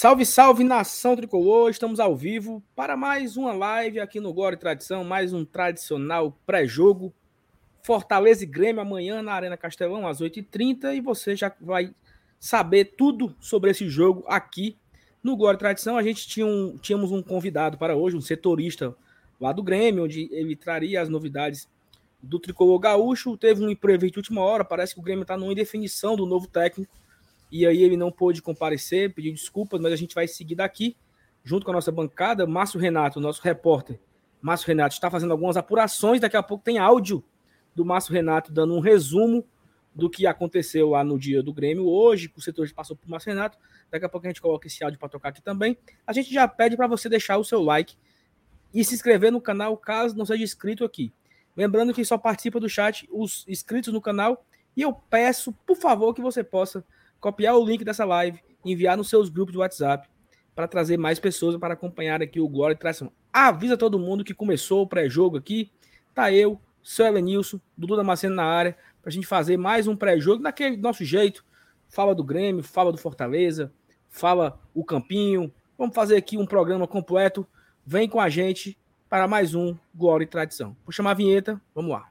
Salve, salve, nação tricolor! Estamos ao vivo para mais uma live aqui no Glória e Tradição, mais um tradicional pré-jogo. Fortaleza e Grêmio amanhã na Arena Castelão às 8h30 e você já vai saber tudo sobre esse jogo aqui no Glória e Tradição. A gente tínhamos um convidado para hoje, um setorista lá do Grêmio, onde ele traria as novidades do tricolor gaúcho. Teve um imprevisto de última hora, parece que o Grêmio está numa indefinição do novo técnico. E aí ele não pôde comparecer, pediu desculpas, mas a gente vai seguir daqui, junto com a nossa bancada. Márcio Renato, nosso repórter. Márcio Renato está fazendo algumas apurações, daqui a pouco tem áudio do Márcio Renato dando um resumo do que aconteceu lá no dia do Grêmio hoje, que o setor passou por Márcio Renato. Daqui a pouco a gente coloca esse áudio para tocar aqui também. A gente já pede para você deixar o seu like e se inscrever no canal, caso não seja inscrito aqui. Lembrando que só participa do chat os inscritos no canal, e eu peço, por favor, que você possa copiar o link dessa live, enviar nos seus grupos de WhatsApp para trazer mais pessoas para acompanhar aqui o Glória e Tradição. Avisa todo mundo que começou o pré-jogo aqui. Tá eu, seu Elenilson, Dudu Damasceno na área, para a gente fazer mais um pré-jogo daquele nosso jeito. Fala do Grêmio, fala do Fortaleza, fala o Campinho. Vamos fazer aqui um programa completo. Vem com a gente para mais um Glória e Tradição. Vou chamar a vinheta, vamos lá.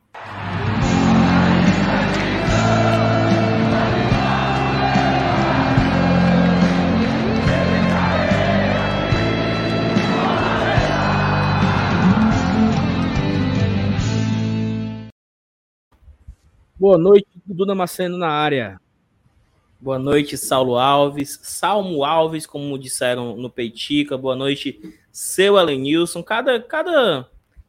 Boa noite, Dudu Damasceno na área. Boa noite, Saulo Alves. Salmo Alves, como disseram no Peitica. Boa noite, seu Elenilson. Cada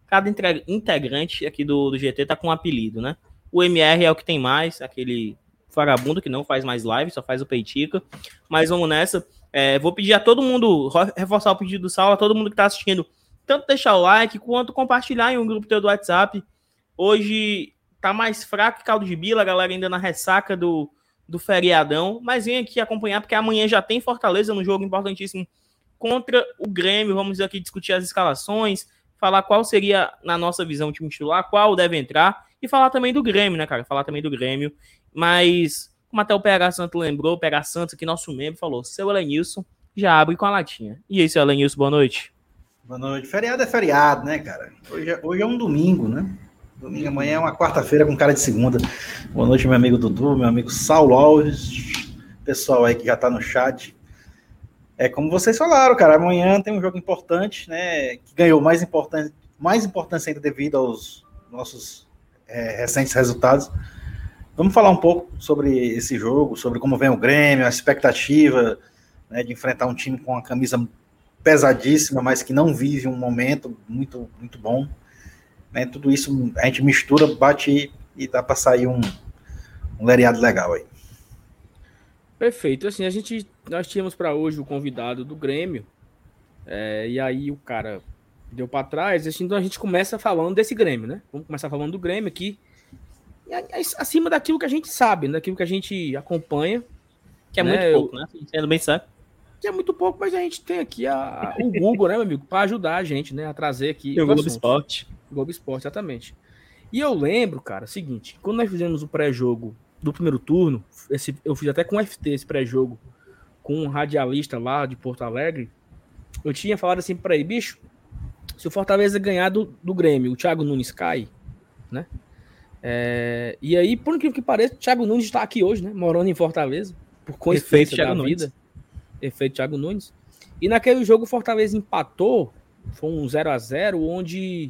integrante aqui do GT tá com um apelido, né? O MR é o que tem mais, aquele vagabundo que não faz mais live, só faz o Peitica. Mas vamos nessa. Vou pedir a todo mundo, reforçar o pedido do Saulo, a todo mundo que tá assistindo, tanto deixar o like quanto compartilhar em um grupo teu do WhatsApp. Hoje tá mais fraco que caldo de bila, a galera ainda na ressaca do feriadão, mas vem aqui acompanhar, porque amanhã já tem Fortaleza no jogo importantíssimo contra o Grêmio. Vamos aqui discutir as escalações, falar qual seria, na nossa visão, o time titular, qual deve entrar, e falar também do Grêmio, né, cara? Falar também do Grêmio, mas, como até o PH Santos lembrou, o PH Santos, aqui, nosso membro, falou, seu Elenilson, já abre com a latinha. E aí, seu Elenilson, boa noite. Boa noite. Feriado é feriado, né, cara? Hoje é um domingo, né? Domingo, amanhã é uma quarta-feira com cara de segunda. Boa noite, meu amigo Dudu, meu amigo Saulo Alves, pessoal aí que já tá no chat. Como vocês falaram, cara, amanhã tem um jogo importante, né, que ganhou mais importância ainda devido aos nossos recentes resultados. Vamos falar um pouco sobre esse jogo, sobre como vem o Grêmio, a expectativa, né, de enfrentar um time com uma camisa pesadíssima, mas que não vive um momento muito, muito bom. Né, tudo isso a gente mistura, bate e dá para sair um lereado legal aí. Perfeito. Assim, nós tínhamos para hoje o convidado do Grêmio, e aí o cara deu para trás, assim, então a gente começa falando desse Grêmio, né? Vamos começar falando do Grêmio aqui, acima daquilo que a gente sabe, daquilo que a gente acompanha. Que é, né, muito pouco, né? Sendo bem certo. Que é muito pouco, mas a gente tem aqui o Google, né, meu amigo, para ajudar a gente, né, a trazer aqui o Globo Esporte. Globo Esporte, exatamente. E eu lembro, cara, seguinte, quando nós fizemos o pré-jogo do primeiro turno, eu fiz até com o FT esse pré-jogo, com um radialista lá de Porto Alegre, eu tinha falado assim pra ele, bicho, se o Fortaleza ganhar do Grêmio, o Thiago Nunes cai, né? E aí, por incrível que pareça, o Thiago Nunes está aqui hoje, né, morando em Fortaleza, por coincidência da vida. Efeito Thiago Nunes. E naquele jogo o Fortaleza empatou, foi um 0-0, onde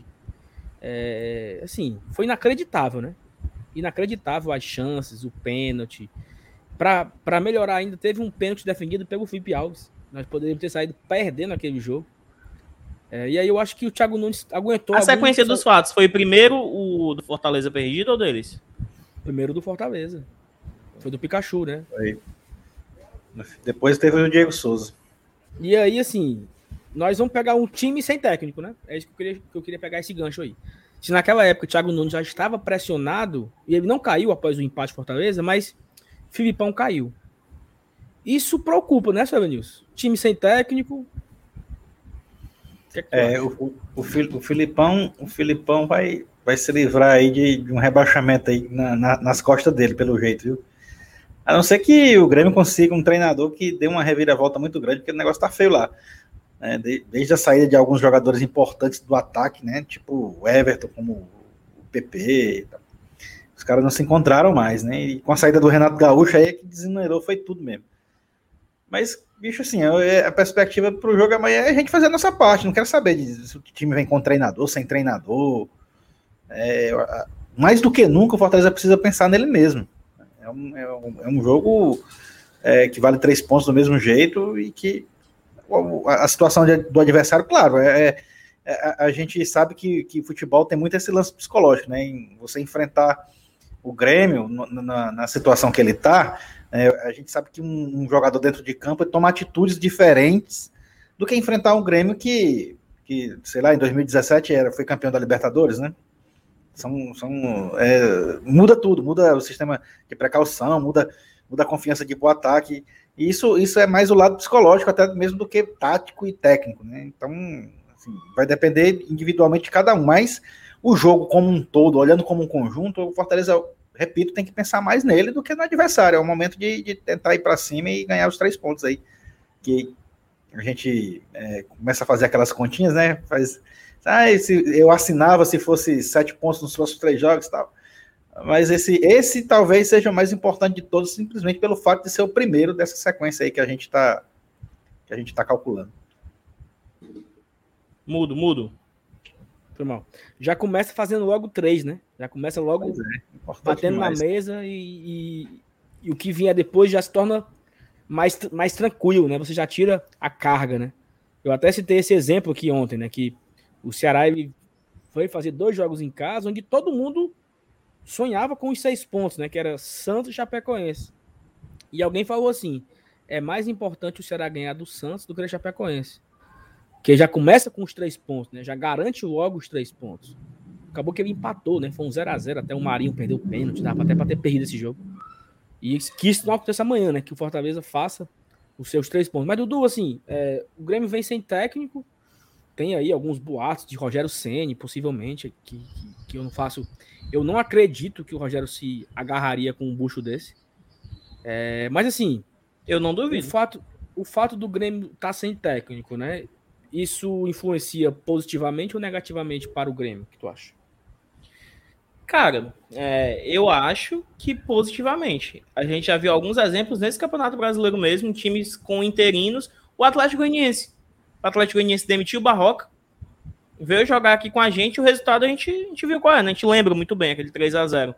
assim, foi inacreditável, né? Inacreditável as chances, o pênalti. Para melhorar ainda, teve um pênalti defendido pelo Felipe Alves. Nós poderíamos ter saído perdendo aquele jogo. E aí eu acho que o Thiago Nunes aguentou. A sequência dos fatos foi primeiro o do Fortaleza perdido ou deles? Primeiro do Fortaleza. Foi do Pikachu, né? Foi. Depois teve o Diego Souza. E aí, assim, nós vamos pegar um time sem técnico, né? É isso que eu queria pegar esse gancho aí. Se naquela época o Thiago Nunes já estava pressionado, e ele não caiu após o empate de Fortaleza, mas Filipão caiu. Isso preocupa, né, seu Elenilson? Time sem técnico. O Filipão vai se livrar aí de um rebaixamento aí nas costas dele, pelo jeito, viu? A não ser que o Grêmio consiga um treinador que dê uma reviravolta muito grande, porque o negócio tá feio lá. Né? Desde a saída de alguns jogadores importantes do ataque, né? Tipo o Everton, como o PP. Os caras não se encontraram mais, né? E com a saída do Renato Gaúcho aí é que desenredou, foi tudo mesmo. Mas, bicho, assim, a perspectiva pro jogo amanhã é a gente fazer a nossa parte. Não quero saber se o time vem com treinador, sem treinador. Mais do que nunca, o Fortaleza precisa pensar nele mesmo. É um jogo que vale 3 pontos do mesmo jeito e que a situação do adversário, claro, a gente sabe que futebol tem muito esse lance psicológico, né? Em você enfrentar o Grêmio na situação que ele está, a gente sabe que um jogador dentro de campo toma atitudes diferentes do que enfrentar um Grêmio que sei lá, em 2017 foi campeão da Libertadores, né? Muda tudo, muda o sistema de precaução, muda a confiança de boa ataque, e isso é mais o lado psicológico até mesmo do que tático e técnico, né? Então, assim, vai depender individualmente de cada um, mas o jogo como um todo, olhando como um conjunto, o Fortaleza, repito, tem que pensar mais nele do que no adversário. É o momento de tentar ir para cima e ganhar os 3 pontos aí, que a gente começa a fazer aquelas continhas, né? Eu assinava se fosse 7 pontos nos próximos 3 jogos e tal. Mas esse talvez seja o mais importante de todos, simplesmente pelo fato de ser o primeiro dessa sequência aí que a gente tá calculando. Mudo. Foi mal. Já começa fazendo logo 3, né? Já começa logo batendo demais na mesa e o que vier depois já se torna mais tranquilo, né? Você já tira a carga, né? Eu até citei esse exemplo aqui ontem, né? Que o Ceará ele foi fazer 2 jogos em casa, onde todo mundo sonhava com os 6 pontos, né? Que era Santos e Chapecoense. E alguém falou assim: é mais importante o Ceará ganhar do Santos do que o Chapecoense. Que já começa com os 3 pontos, né? Já garante logo os 3 pontos. Acabou que ele empatou, né? Foi um 0-0, até o Marinho perdeu o pênalti, dava até para ter perdido esse jogo. E que isso não aconteça amanhã, né? Que o Fortaleza faça os seus 3 pontos. Mas, Dudu, assim, o Grêmio vem sem técnico. Tem aí alguns boatos de Rogério Ceni, possivelmente, que eu não faço. Eu não acredito que o Rogério se agarraria com um bucho desse. Mas, assim, eu não duvido. O fato do Grêmio estar sem técnico, né? Isso influencia positivamente ou negativamente para o Grêmio? O que tu acha? Cara, eu acho que positivamente. A gente já viu alguns exemplos nesse Campeonato Brasileiro mesmo, times com interinos. O Atlético Goianiense. O Atlético Goianiense demitiu o Barroca, veio jogar aqui com a gente, o resultado a gente viu qual é, né? A gente lembra muito bem, aquele 3-0.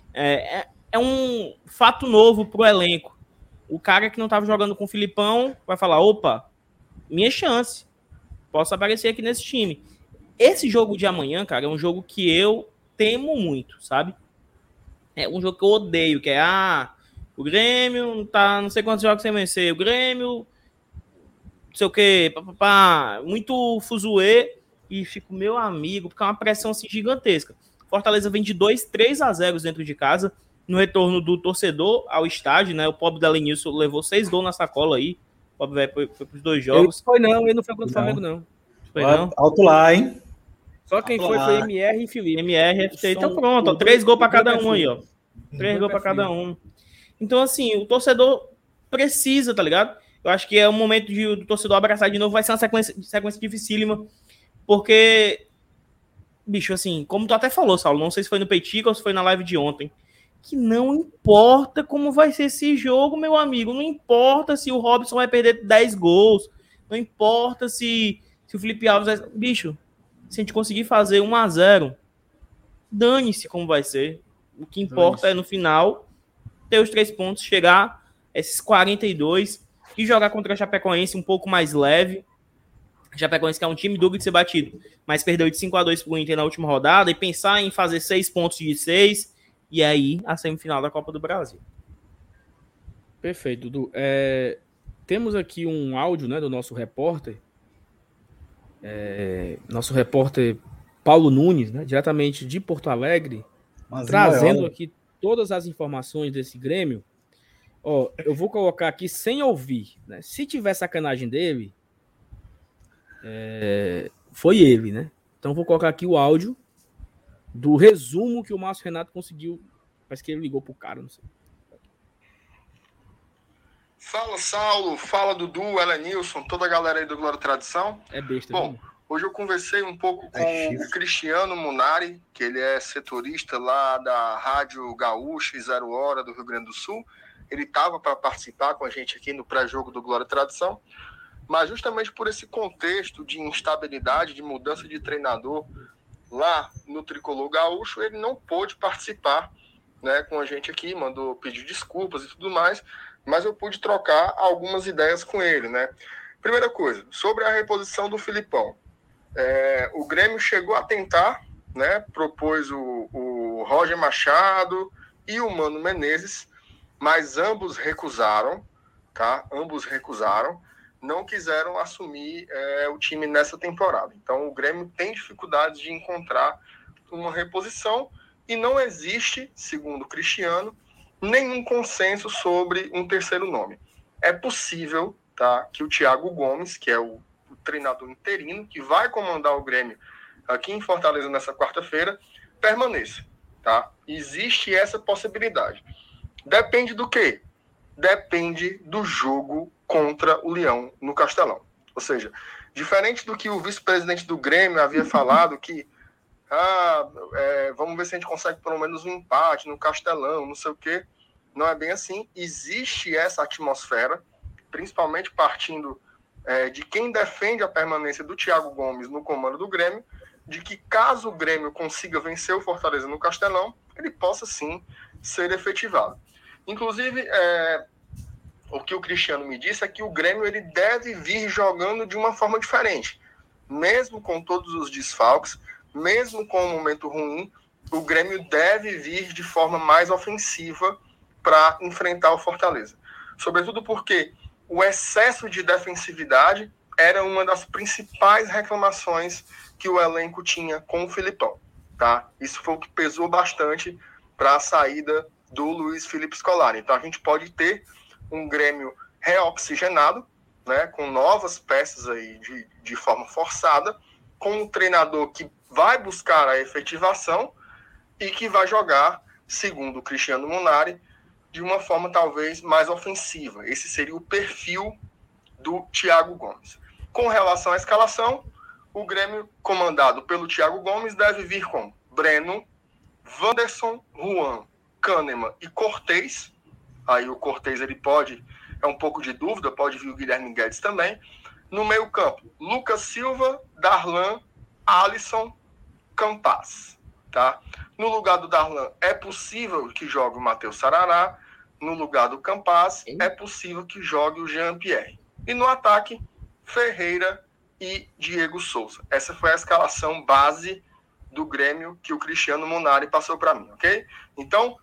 É um fato novo pro elenco. O cara que não estava jogando com o Filipão vai falar, opa, minha chance. Posso aparecer aqui nesse time. Esse jogo de amanhã, cara, é um jogo que eu temo muito, sabe? É um jogo que eu odeio, que o Grêmio tá não sei quantos jogos sem vencer, o Grêmio não sei o que, muito fuzuê, e fico, meu amigo, porque é uma pressão assim gigantesca. Fortaleza vem de 3-0 dentro de casa, no retorno do torcedor ao estádio, né? O pobre da Lenilson levou 6 gols na sacola aí, o pobre velho foi pros 2 jogos. Ele não foi contra o Flamengo, não. Foi não? Alto lá, hein? Só quem foi MR e Felipe. MR, FT, então pronto, ó, 3 gols para cada um aí, ó. 3 gols para cada um. Então, assim, o torcedor precisa, tá ligado? Eu acho que é o momento do torcedor abraçar de novo. Vai ser uma sequência dificílima. Porque, bicho, assim, como tu até falou, Saulo, não sei se foi no Peitica ou se foi na live de ontem, que não importa como vai ser esse jogo, meu amigo. Não importa se o Robson vai perder 10 gols. Não importa se o Felipe Alves vai... Bicho, se a gente conseguir fazer 1-0, dane-se como vai ser. O que importa é, no final, ter os 3 pontos, chegar a esses 42 e jogar contra a Chapecoense um pouco mais leve. A Chapecoense que é um time duro de ser batido, mas perdeu de 5-2 pro Inter na última rodada, e pensar em fazer 6 pontos de 6, e aí a semifinal da Copa do Brasil. Perfeito, Dudu. Temos aqui um áudio, né, do nosso repórter. Nosso repórter Paulo Nunes, né, diretamente de Porto Alegre, trazendo aqui todas as informações desse Grêmio. Eu vou colocar aqui sem ouvir, né? Se tiver sacanagem dele, foi ele, né? Então vou colocar aqui o áudio do resumo que o Márcio Renato conseguiu. Parece que ele ligou pro cara, não sei. Fala, Saulo. Fala, Dudu, Elenilson, toda a galera aí do Glória e Tradição. É besta. Bom, hoje eu conversei um pouco com o Cristiano Munari, que ele é setorista lá da Rádio Gaúcha e Zero Hora do Rio Grande do Sul. Ele estava para participar com a gente aqui no pré-jogo do Glória e Tradição, mas justamente por esse contexto de instabilidade, de mudança de treinador lá no Tricolor Gaúcho, ele não pôde participar, né, com a gente aqui, mandou pedir desculpas e tudo mais, mas eu pude trocar algumas ideias com ele, né? Primeira coisa, sobre a reposição do Filipão. O Grêmio chegou a tentar, né, propôs o Roger Machado e o Mano Menezes, mas ambos recusaram, tá? Ambos recusaram, não quiseram assumir o time nessa temporada. Então, o Grêmio tem dificuldades de encontrar uma reposição e não existe, segundo o Cristiano, nenhum consenso sobre um terceiro nome. É possível, tá, que o Thiago Gomes, que é o treinador interino, que vai comandar o Grêmio aqui em Fortaleza nessa quarta-feira, permaneça, tá? Existe essa possibilidade. Depende do quê? Depende do jogo contra o Leão no Castelão. Ou seja, diferente do que o vice-presidente do Grêmio havia falado, que vamos ver se a gente consegue pelo menos um empate no Castelão, não sei o quê. Não é bem assim. Existe essa atmosfera, principalmente partindo de quem defende a permanência do Thiago Gomes no comando do Grêmio, de que caso o Grêmio consiga vencer o Fortaleza no Castelão, ele possa sim ser efetivado. Inclusive, o que o Cristiano me disse é que o Grêmio ele deve vir jogando de uma forma diferente. Mesmo com todos os desfalques, mesmo com o momento ruim, o Grêmio deve vir de forma mais ofensiva para enfrentar o Fortaleza. Sobretudo porque o excesso de defensividade era uma das principais reclamações que o elenco tinha com o Filipão. Tá? Isso foi o que pesou bastante para a saída do Luiz Felipe Scolari. Então a gente pode ter um Grêmio reoxigenado, né, com novas peças aí de forma forçada, com um treinador que vai buscar a efetivação e que vai jogar, segundo o Cristiano Munari, de uma forma talvez mais ofensiva. Esse seria o perfil do Thiago Gomes. Com relação à escalação, o Grêmio, comandado pelo Thiago Gomes, deve vir com Breno, Wanderson, Juan, Kahneman e Cortez. Aí o Cortez ele é um pouco de dúvida, pode vir o Guilherme Guedes também. No meio campo, Lucas Silva, Darlan, Alisson, Campas. Tá? No lugar do Darlan, é possível que jogue o Matheus Sarará. No lugar do Campas, é possível que jogue o Jean-Pierre. E no ataque, Ferreira e Diego Souza. Essa foi a escalação base do Grêmio que o Cristiano Munari passou para mim, ok? Então,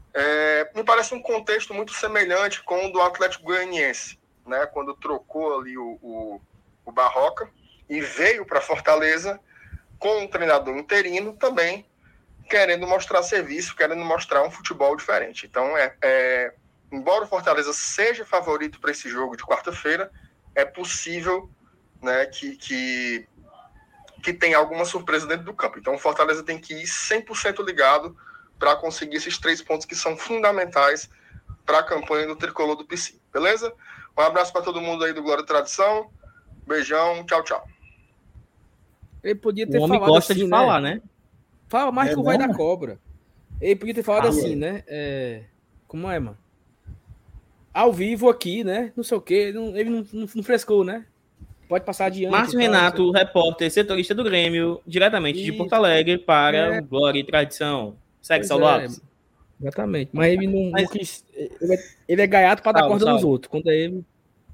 me parece um contexto muito semelhante com o do Atlético Goianiense, né? Quando trocou ali o Barroca e veio para Fortaleza com um treinador interino também querendo mostrar serviço, querendo mostrar um futebol diferente. Então, embora o Fortaleza seja favorito para esse jogo de quarta-feira, é possível, né, que tenha alguma surpresa dentro do campo. Então, o Fortaleza tem que ir 100% ligado para conseguir esses 3 pontos que são fundamentais para a campanha do Tricolor do PC. Beleza? Um abraço para todo mundo aí do Glória e Tradição. Beijão, tchau, tchau. Ele podia ter o homem falado gosta assim, de falar, né? Fala mais que o vai da cobra. Ele podia ter falado assim, né? Como é, mano? Ao vivo aqui, né? Não sei o quê. Ele não frescou, né? Pode passar adiante. Márcio Renato, repórter, setorista do Grêmio, diretamente de Porto Alegre para o Glória e Tradição. Segue, Saulo Alves. Exatamente. Mas ele não quis. Ele é gaiato para dar corda nos outros. Quando é ele.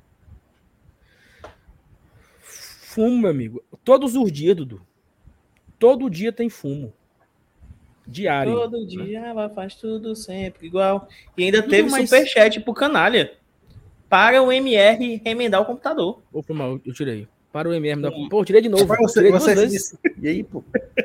Fumo, meu amigo. Todos os dias, Dudu. Todo dia tem fumo. Diário. Todo dia ela faz tudo sempre igual. E ainda teve superchat pro canalha. Para o MR remendar o computador. Opa, mal, eu tirei. Para o MR remendar o computador. Pô, tirei de novo. E aí, pô?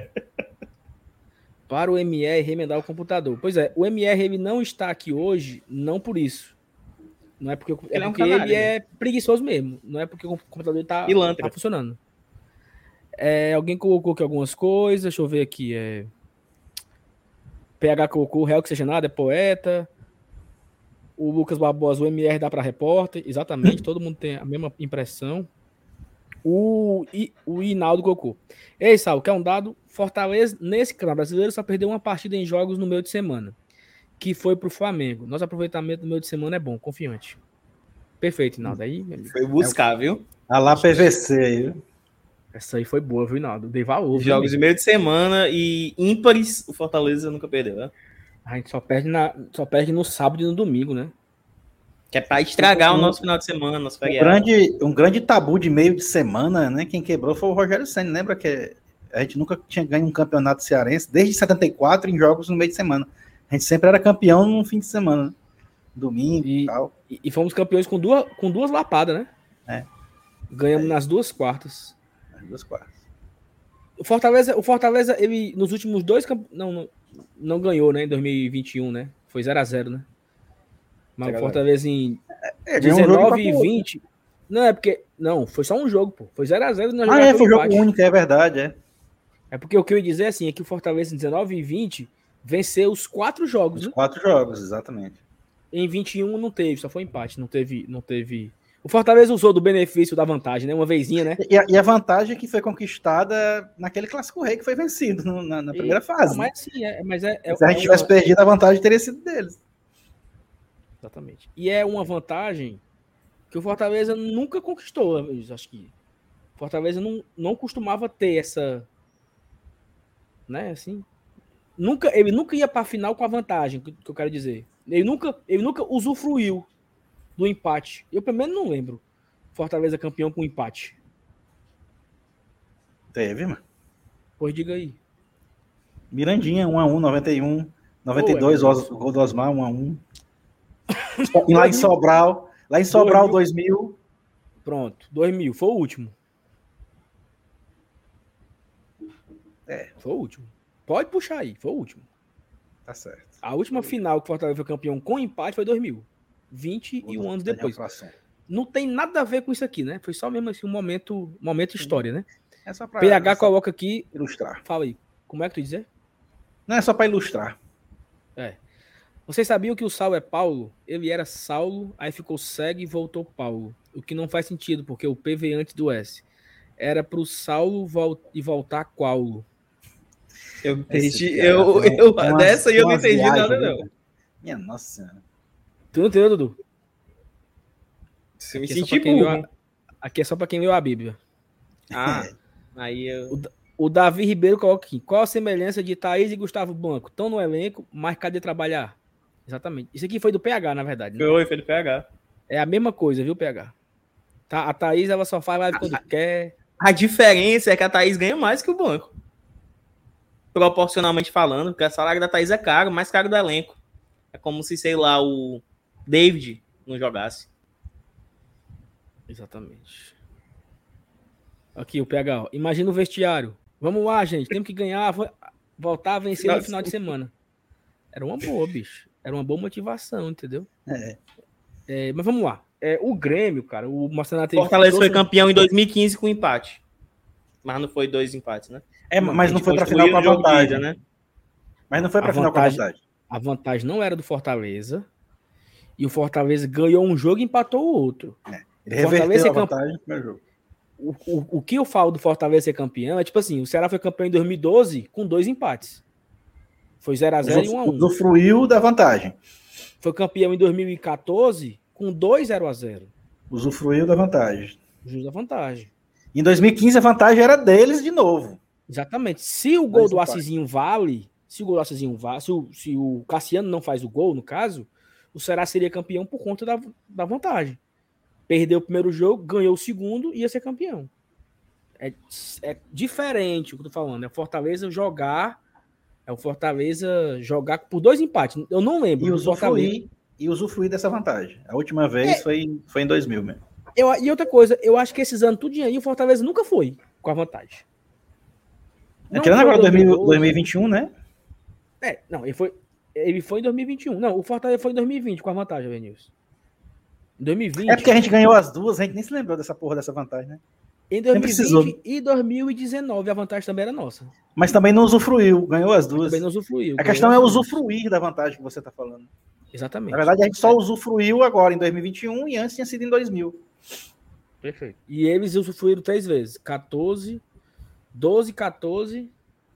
Para o MR remendar o computador. Pois é, o MR ele não está aqui hoje, não por isso. Não é porque, ele é preguiçoso mesmo. Não é porque o computador tá funcionando. Alguém colocou aqui algumas coisas. Deixa eu ver aqui. PH colocou o réu que seja nada, é poeta. O Lucas Barbosa, o MR dá para repórter. Exatamente, todo mundo tem a mesma impressão. O Hinaldo colocou. Ei, Sal, quer um dado? Fortaleza, nesse campeonato brasileiro, só perdeu uma partida em jogos no meio de semana, que foi pro Flamengo. Nosso aproveitamento no meio de semana é bom, confiante. Perfeito, Hinaldo. Aí, meu amigo. Foi buscar, viu? A lá PVC aí, viu? Essa aí foi boa, viu, Hinaldo? Dei valor. Jogos de meio de semana e ímpares, o Fortaleza nunca perdeu, né? A gente só perde no sábado e no domingo, né? Que é pra estragar o nosso final de semana, nosso feriado. Um grande tabu de meio de semana, né? Quem quebrou foi o Rogério Ceni. Lembra que a gente nunca tinha ganho um campeonato cearense desde 74 em jogos no meio de semana. A gente sempre era campeão no fim de semana, né? Domingo e tal. E fomos campeões com duas lapadas, né? É. Ganhamos nas duas quartas. Nas duas quartas. O Fortaleza, ele nos últimos dois não ganhou, né? Em 2021, né? Foi 0-0, né? Mas o Fortaleza em 19 e 20. Não, é porque. Não, foi só um jogo, pô. Foi 0-0. Foi jogo único, é verdade, é. É porque o que eu ia dizer assim é que o Fortaleza em 19 e 20 venceu os 4 jogos, os né? 4 jogos, exatamente. Em 21 não teve, só foi empate. Não teve. O Fortaleza usou do benefício da vantagem, né? Uma vezinha, né? E a vantagem que foi conquistada naquele Clássico Rei que foi vencido na primeira fase. Mas sim, se a gente tivesse perdido, a vantagem teria sido deles. Exatamente. E é uma vantagem que o Fortaleza nunca conquistou. Acho que o Fortaleza não costumava ter essa, né? Assim, ele nunca ia para a final com a vantagem, que eu quero dizer. Ele nunca usufruiu do empate. Eu pelo menos não lembro. Fortaleza campeão com empate. Teve, mano. Pois diga aí. Mirandinha 1-1, 91, 92, o gol do Osmar 1-1. Lá em Sobral 2000. Pronto, 2000, foi o último. Foi o último. Pode puxar aí, foi o último. Tá certo. A última final que o Fortaleza foi campeão com empate foi 2000. 21 anos depois. Não tem nada a ver com isso aqui, né? Foi só mesmo assim um momento história, né? É só pra PH coloca aqui. Ilustrar. Fala aí. Como é que tu dizer? Não, é só para ilustrar. Vocês sabiam que o Saulo é Paulo? Ele era Saulo, aí ficou cego e voltou Paulo. O que não faz sentido, porque o P veio antes do S. Era pro Saulo e voltar Quaulo. Eu entendi. Dessa aí eu não entendi nada, não. Minha nossa senhora. Tu não entendeu, Dudu? Se me senti burro. Aqui é só pra quem leu a Bíblia. Aí eu... O Davi Ribeiro coloca aqui. Qual a semelhança de Thaís e Gustavo Blanco? Estão no elenco, mas cadê trabalhar? Exatamente. Isso aqui foi do PH, na verdade. Né? Foi do PH. É a mesma coisa, viu, PH? A Thaís, ela só faz live quando quer. A diferença é que a Thaís ganha mais que o Blanco. Proporcionalmente falando, porque o salário da Thaís é caro, mais caro do elenco. É como se, sei lá, o David não jogasse. Exatamente. Aqui, o PH. Ó. Imagina o vestiário. Vamos lá, gente. Temos que ganhar, voltar a vencer no final de semana. Era uma boa, bicho. Era uma boa motivação, entendeu? Mas vamos lá. O Grêmio, cara, o Marcelo Fortaleza foi campeão em 2015 com empate. Mas não foi 2 empates, né? Mas não foi pra final com a vantagem, né? Mas não foi pra final com a vantagem. A vantagem não era do Fortaleza. E o Fortaleza ganhou um jogo e empatou o outro. Ele reverteu a vantagem no primeiro jogo. O que eu falo do Fortaleza ser campeão é tipo assim, o Ceará foi campeão em 2012 com 2 empates. Foi 0-0 e 1-1. Usufruiu da vantagem. Foi campeão em 2014 com 2 0-0. Usufruiu da vantagem. Justo da vantagem. Em 2015 a vantagem era deles de novo. Exatamente. Se o gol do Assisinho vale, se o Cassiano não faz o gol, no caso, o Ceará seria campeão por conta da vantagem. Perdeu o primeiro jogo, ganhou o segundo e ia ser campeão. É diferente o que eu tô falando. É o Fortaleza jogar por 2 empates. Eu não lembro. E usufruir dessa vantagem. A última vez foi em 2000 mesmo. E outra coisa, eu acho que esses anos tudinho aí o Fortaleza nunca foi com a vantagem. Tirando agora 2021, né? Não, ele foi em 2021. Não, o Fortaleza foi em 2020 com a vantagem, Venilson. Em 2020. É porque a gente ganhou as duas, a gente nem se lembrou dessa porra dessa vantagem, né? Em 2020 e 2019 a vantagem também era nossa. Mas também não usufruiu, ganhou as duas. Também não usufruiu. A questão é usufruir da vantagem que você tá falando. Exatamente. Na verdade, a gente só usufruiu agora em 2021 e antes tinha sido em 2000. Perfeito. E eles usufruíram 3 vezes. 14, 12, 14...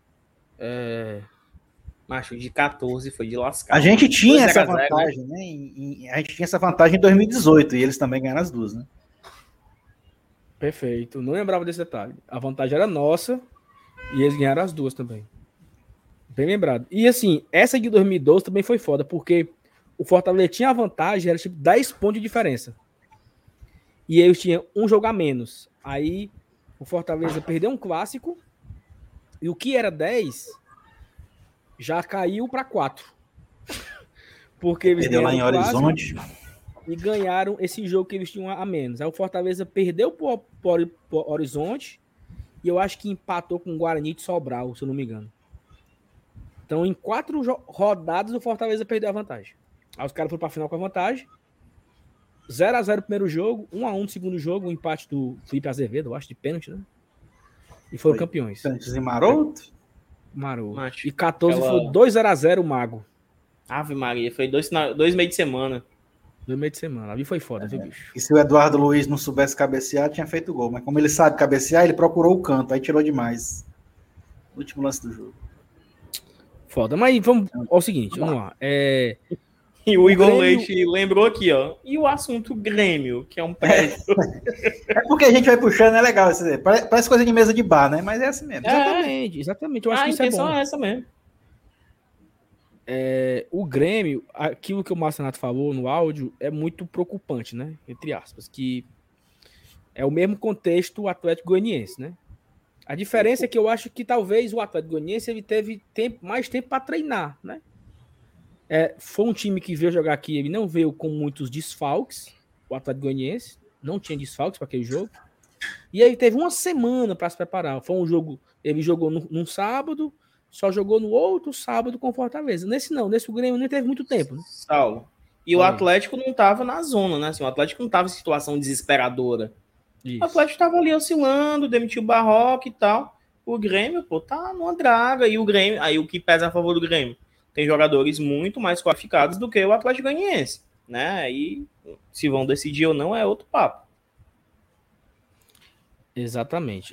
Macho, de 14 foi de lascar. A gente tinha 2-0-0, essa vantagem, né? A gente tinha essa vantagem em 2018 e eles também ganharam as duas, né? Perfeito. Não lembrava desse detalhe. A vantagem era nossa e eles ganharam as duas também. Bem lembrado. E assim, essa de 2012 também foi foda, porque o Fortaleza tinha a vantagem, era tipo 10 pontos de diferença. E eles tinham um jogo a menos. Aí o Fortaleza perdeu um clássico e o que era 10 já caiu para 4. Porque eles Perdeu lá em ganharam o clássico Horizonte. e ganharam esse jogo que eles tinham a menos. Aí o Fortaleza perdeu por Horizonte e eu acho que empatou com o Guarani de Sobral, se eu não me engano. Então, em 4 rodadas, o Fortaleza perdeu a vantagem. Aí os caras foram para a final com a vantagem. 0-0 no primeiro jogo, 1-1 no segundo jogo, um empate do Felipe Azevedo, eu acho, de pênalti, né? E foram campeões. Santos e Maroto. Maroto. Macho, E 14 aquela- foi 2-0 o Mago. Ave Maria, foi 2 meio de semana. No meio de semana. Ali foi foda, viu, bicho? E se o Eduardo Luiz não soubesse cabecear, tinha feito gol. Mas como ele sabe cabecear, ele procurou o canto, aí tirou demais. Último lance do jogo. Foda. Mas vamos ao seguinte, vamos lá. E o Igor Grêmio- Leite lembrou aqui, ó. E o assunto Grêmio, que é um prédio. É porque a gente vai puxando, é legal. Parece coisa de mesa de bar, né? Mas é assim mesmo. Exatamente. Eu acho A que isso é intenção bom. é essa mesmo. O Grêmio, aquilo que o Márcio Renato falou no áudio, é muito preocupante, né? Entre aspas, que é o mesmo contexto do Atlético Goianiense, né? A diferença é que eu acho que talvez o Atlético Goianiense ele teve mais tempo para treinar, né? Foi um time que veio jogar aqui, ele não veio com muitos desfalques, o Atlético Goianiense, não tinha desfalques para aquele jogo, e aí teve uma semana para se preparar. Foi um jogo, ele jogou num sábado, só jogou no outro sábado com Fortaleza. Nesse o Grêmio nem teve muito tempo, né? Saulo. E o Atlético não tava na zona, né? Assim, o Atlético não tava em situação desesperadora. Isso. O Atlético tava ali oscilando, demitiu o Barroca e tal. O Grêmio, pô, tá numa draga. E o Grêmio, aí o que pesa a favor do Grêmio? Tem jogadores muito mais qualificados do que o Atlético Goianiense, né? E se vão decidir ou não é outro papo. Exatamente.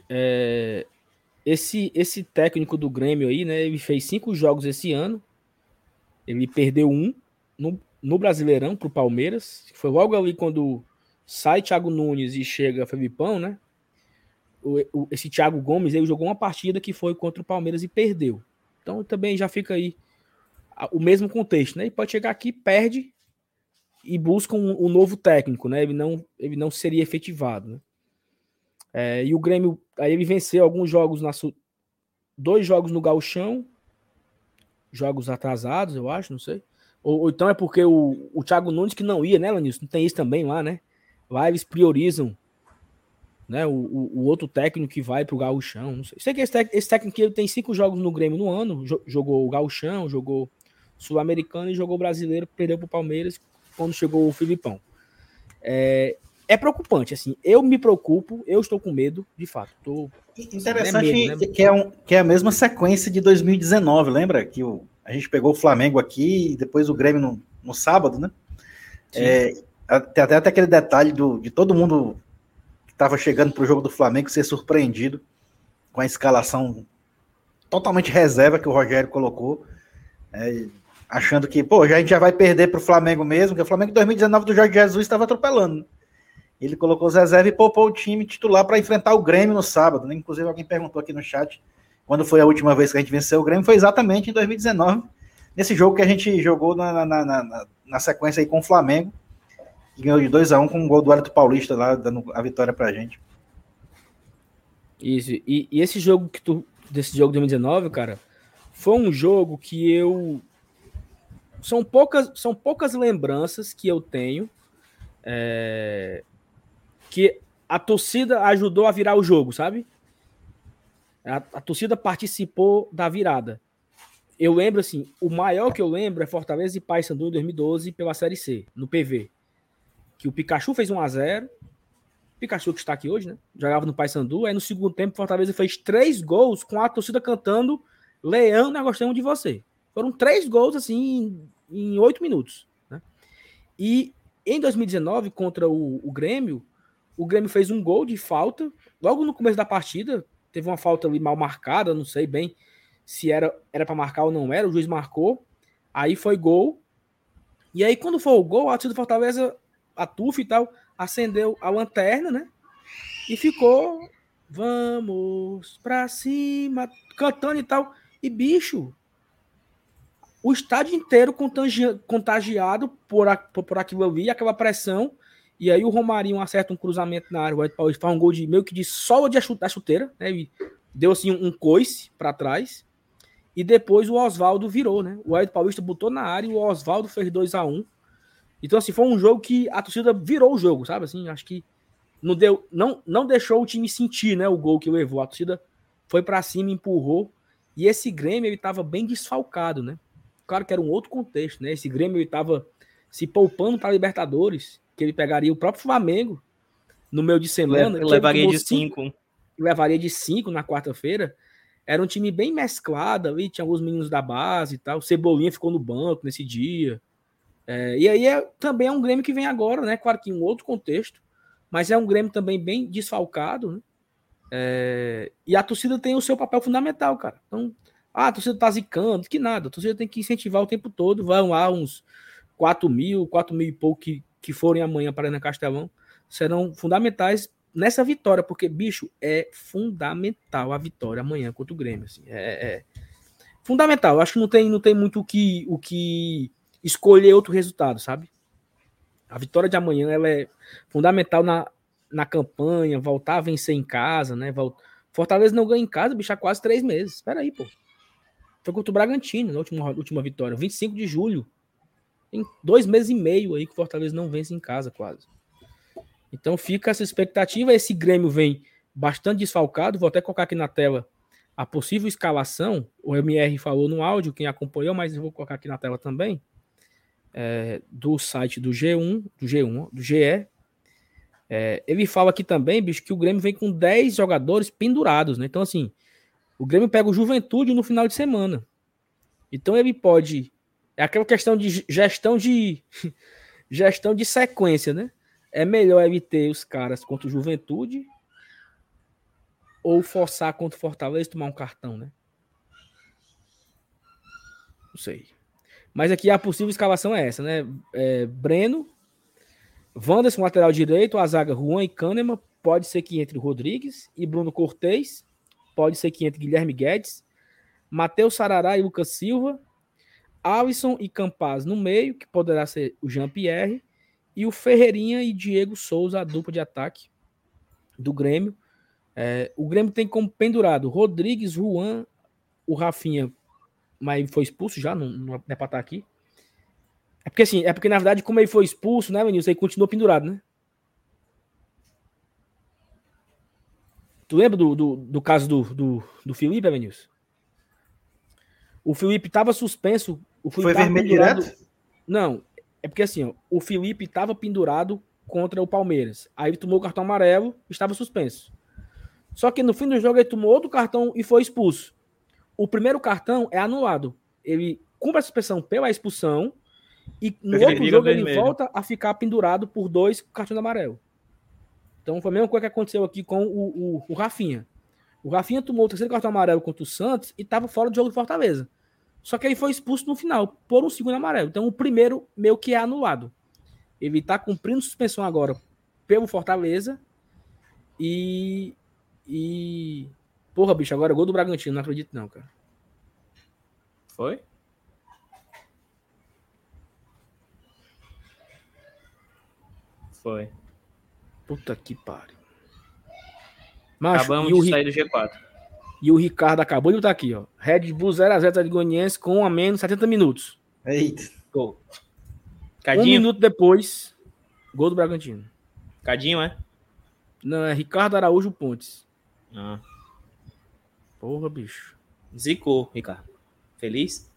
Esse técnico do Grêmio aí, né? Ele fez 5 jogos esse ano. Ele perdeu um no Brasileirão pro Palmeiras. Que foi logo ali quando sai Thiago Nunes e chega Felipão, né? Esse Thiago Gomes, ele jogou uma partida que foi contra o Palmeiras e perdeu. Então também já fica aí o mesmo contexto, né? Ele pode chegar aqui, perde e busca um novo técnico, né? Ele não seria efetivado, né? E o Grêmio, aí ele venceu alguns jogos, 2 jogos no Gauchão, jogos atrasados, eu acho, não sei. Ou então é porque o Thiago Nunes que não ia, né, Lanilson? Não tem isso também lá, né? Lá eles priorizam, né, o outro técnico que vai pro Gauchão, não sei. Sei que esse técnico aqui, ele tem 5 jogos no Grêmio no ano, jogou o Gauchão, jogou Sul-Americano e jogou Brasileiro, perdeu pro Palmeiras quando chegou o Filipão. É preocupante, assim. Eu me preocupo, eu estou com medo, de fato. Interessante medo, né? que é a mesma sequência de 2019, lembra? Que a gente pegou o Flamengo aqui e depois o Grêmio no sábado, né? Tem até aquele detalhe de todo mundo que estava chegando para o jogo do Flamengo ser surpreendido com a escalação totalmente reserva que o Rogério colocou, achando que, a gente já vai perder para o Flamengo mesmo, que o Flamengo em 2019 do Jorge Jesus estava atropelando, né? Ele colocou os reservas e poupou o time titular para enfrentar o Grêmio no sábado, né? Inclusive alguém perguntou aqui no chat quando foi a última vez que a gente venceu o Grêmio, foi exatamente em 2019, nesse jogo que a gente jogou na sequência aí com o Flamengo, e ganhou de 2-1 com um gol do Hélito Paulista lá, dando a vitória pra gente. Isso, e esse jogo desse jogo de 2019, cara, foi um jogo que são poucas lembranças que eu tenho, que a torcida ajudou a virar o jogo, sabe? A torcida participou da virada. Eu lembro, assim, o maior que eu lembro é Fortaleza e Paysandu em 2012 pela Série C, no PV. Que o Pikachu fez 1-0. Pikachu que está aqui hoje, né? Jogava no Paysandu. Aí no segundo tempo, Fortaleza fez 3 gols com a torcida cantando Leão, nós gostamos de você. Foram 3 gols, assim, em 8 minutos. Né? E em 2019, contra o Grêmio fez um gol de falta, logo no começo da partida, teve uma falta ali mal marcada, não sei bem se era para marcar ou não era, o juiz marcou, aí foi gol, e aí quando foi o gol, a torcida do Fortaleza, a TUF e tal, acendeu a lanterna, né, e ficou, vamos pra cima, cantando e tal, e bicho, o estádio inteiro contagiado por aquilo ali, aquela pressão. E aí o Romarinho acerta um cruzamento na área, o Ed Paulista faz um gol meio que de sola da chuteira, né? E deu assim um coice para trás. E depois o Oswaldo virou, né? O Ed Paulista botou na área e o Oswaldo fez 2-1. Então, assim, foi um jogo que a torcida virou o jogo, sabe? Assim, acho que não deixou o time sentir, né, o gol que levou. A torcida foi para cima, empurrou. E esse Grêmio, ele tava bem desfalcado, né? Claro que era um outro contexto, né? Esse Grêmio ele tava se poupando para a Libertadores, que ele pegaria o próprio Flamengo no meio de semana. Levaria de 5. Levaria de 5 na quarta-feira. Era um time bem mesclado ali, tinha alguns meninos da base e tal. O Cebolinha ficou no banco nesse dia. E aí também é um Grêmio que vem agora, né? Claro que em um outro contexto, mas é um Grêmio também bem desfalcado, né? E a torcida tem o seu papel fundamental, cara. Então, a torcida tá zicando, que nada. A torcida tem que incentivar o tempo todo. Vão lá uns 4 mil e pouco que forem amanhã para Arena Castelão, serão fundamentais nessa vitória, porque, bicho, é fundamental a vitória amanhã contra o Grêmio. Assim, fundamental. Acho que não tem muito o que escolher outro resultado, sabe? A vitória de amanhã ela é fundamental na campanha, voltar a vencer em casa, né? Fortaleza não ganha em casa, bicho, há quase 3 meses. Espera aí, pô. Foi contra o Bragantino na última vitória, 25 de julho. Tem 2 meses e meio aí que o Fortaleza não vence em casa, quase. Então fica essa expectativa. Esse Grêmio vem bastante desfalcado. Vou até colocar aqui na tela a possível escalação. O MR falou no áudio, quem acompanhou, mas eu vou colocar aqui na tela também. Do site do GE. Ele fala aqui também, bicho, que o Grêmio vem com 10 jogadores pendurados, né? Então, assim, o Grêmio pega o Juventude no final de semana. Então ele pode... É aquela questão de gestão de sequência, né? É melhor ele ter os caras contra o Juventude ou forçar contra o Fortaleza e tomar um cartão, né? Não sei. Mas aqui a possível escalação é essa, né? Breno, Wanderson, lateral direito, a zaga Juan e Kahneman, pode ser que entre o Rodrigues e Bruno Cortez, pode ser que entre Guilherme Guedes, Matheus Sarará e Lucas Silva, Alisson e Campaz no meio, que poderá ser o Jean-Pierre, e o Ferreirinha e Diego Souza, a dupla de ataque do Grêmio. O Grêmio tem como pendurado Rodrigues, Juan, o Rafinha, mas ele foi expulso já, não é pra estar aqui. É porque na verdade, como ele foi expulso, né, Vinícius, ele continuou pendurado, né? Tu lembra do caso do Felipe, Vinícius? O Felipe estava suspenso. Foi vermelho direto? Não, é porque assim, ó, o Felipe estava pendurado contra o Palmeiras. Aí ele tomou o cartão amarelo e estava suspenso. Só que no fim do jogo ele tomou outro cartão e foi expulso. O primeiro cartão é anulado. Ele cumpre a suspensão pela expulsão e no outro jogo ele volta a ficar pendurado por 2 cartões amarelos. Então foi a mesma coisa que aconteceu aqui com o Rafinha. O Rafinha tomou o 3º cartão amarelo contra o Santos e estava fora do jogo do Fortaleza. Só que ele foi expulso no final, por um 2º amarelo. Então o primeiro meio que é anulado. Ele está cumprindo suspensão agora pelo Fortaleza. Porra, bicho, agora é gol do Bragantino. Não acredito não, cara. Foi? Foi. Puta que pariu. Acabamos de sair do G4. E o Ricardo acabou de botar aqui, ó. Red Bull 0x0 de Goianiense com a menos 70 minutos. Eita. Gol. Cadinho? 1 minuto depois, gol do Bragantino. Cadinho, é? Não, é Ricardo Araújo Pontes. Ah. Porra, bicho. Zicou, Ricardo. Feliz?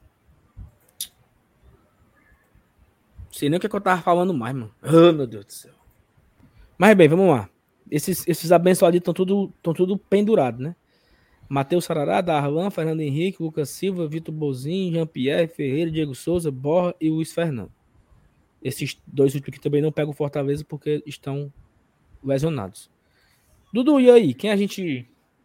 Sei nem o que eu tava falando mais, mano. Oh, meu Deus do céu. Mas bem, vamos lá. Esses abençoados estão tudo pendurados, né? Matheus Sarará, Darlan, Fernando Henrique, Lucas Silva, Vitor Bozinho, Jean-Pierre, Ferreira, Diego Souza, Borra e Luiz Fernando. Esses 2 últimos aqui também não pegam o Fortaleza porque estão lesionados. Dudu, e aí? Quem a gente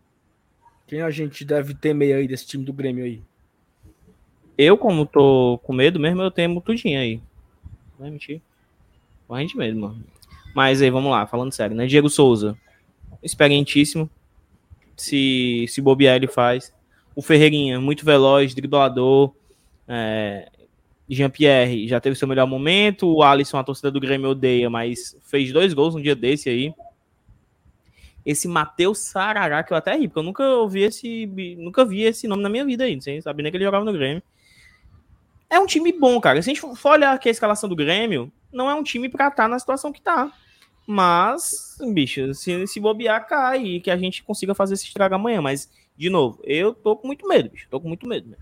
deve temer aí desse time do Grêmio aí? Eu, como tô com medo mesmo, eu temo tudinho aí. Não vai mentir. Morrendo de medo, mano. Mas aí, vamos lá, falando sério, né? Diego Souza, experientíssimo. Se bobear, ele faz. O Ferreirinha, muito veloz, driblador. Jean-Pierre já teve seu melhor momento. O Alisson, a torcida do Grêmio odeia, mas fez 2 gols um dia desse aí. Esse Matheus Sarará, que eu até ri, porque eu nunca vi esse nome na minha vida aí. Não sei, sabia nem que ele jogava no Grêmio. É um time bom, cara. Se a gente for olhar aqui a escalação do Grêmio, não é um time pra estar na situação que tá. Mas, bicho, se bobear, cai e que a gente consiga fazer esse estrago amanhã. Mas, de novo, eu tô com muito medo, bicho. Tô com muito medo, né?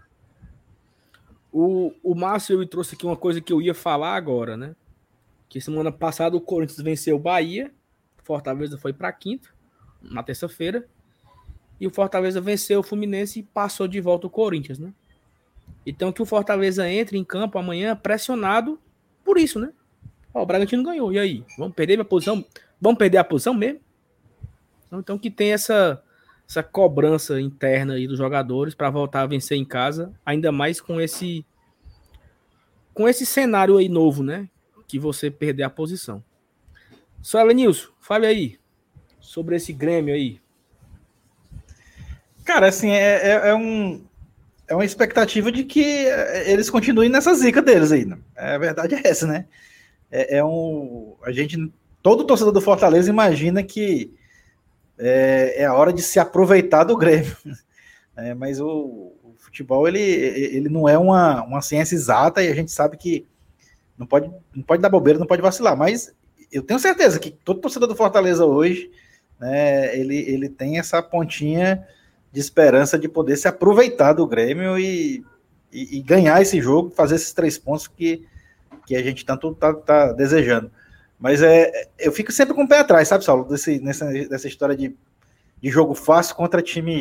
O Márcio ele trouxe aqui uma coisa que eu ia falar agora, né? Que semana passada o Corinthians venceu o Bahia. Fortaleza foi pra quinta, na terça-feira. E o Fortaleza venceu o Fluminense e passou de volta o Corinthians, né? Então que o Fortaleza entre em campo amanhã pressionado por isso, né? Ó, o Bragantino ganhou, e aí? Vamos perder a posição? Vamos perder a posição mesmo? Então que tem essa cobrança interna aí dos jogadores para voltar a vencer em casa, ainda mais com esse cenário aí novo, né? Que você perder a posição. Só Elenilson, fale aí sobre esse Grêmio aí. Cara, assim, é uma expectativa de que eles continuem nessa zica deles aí. Né? A verdade é essa, né? Todo torcedor do Fortaleza imagina que é a hora de se aproveitar do Grêmio. Mas o futebol, ele não é uma ciência exata e a gente sabe que não pode dar bobeira, não pode vacilar. Mas eu tenho certeza que todo torcedor do Fortaleza hoje, né, ele tem essa pontinha de esperança de poder se aproveitar do Grêmio e ganhar esse jogo, fazer esses 3 pontos que a gente tanto tá desejando. Mas eu fico sempre com o pé atrás, sabe, Saulo, dessa história de jogo fácil contra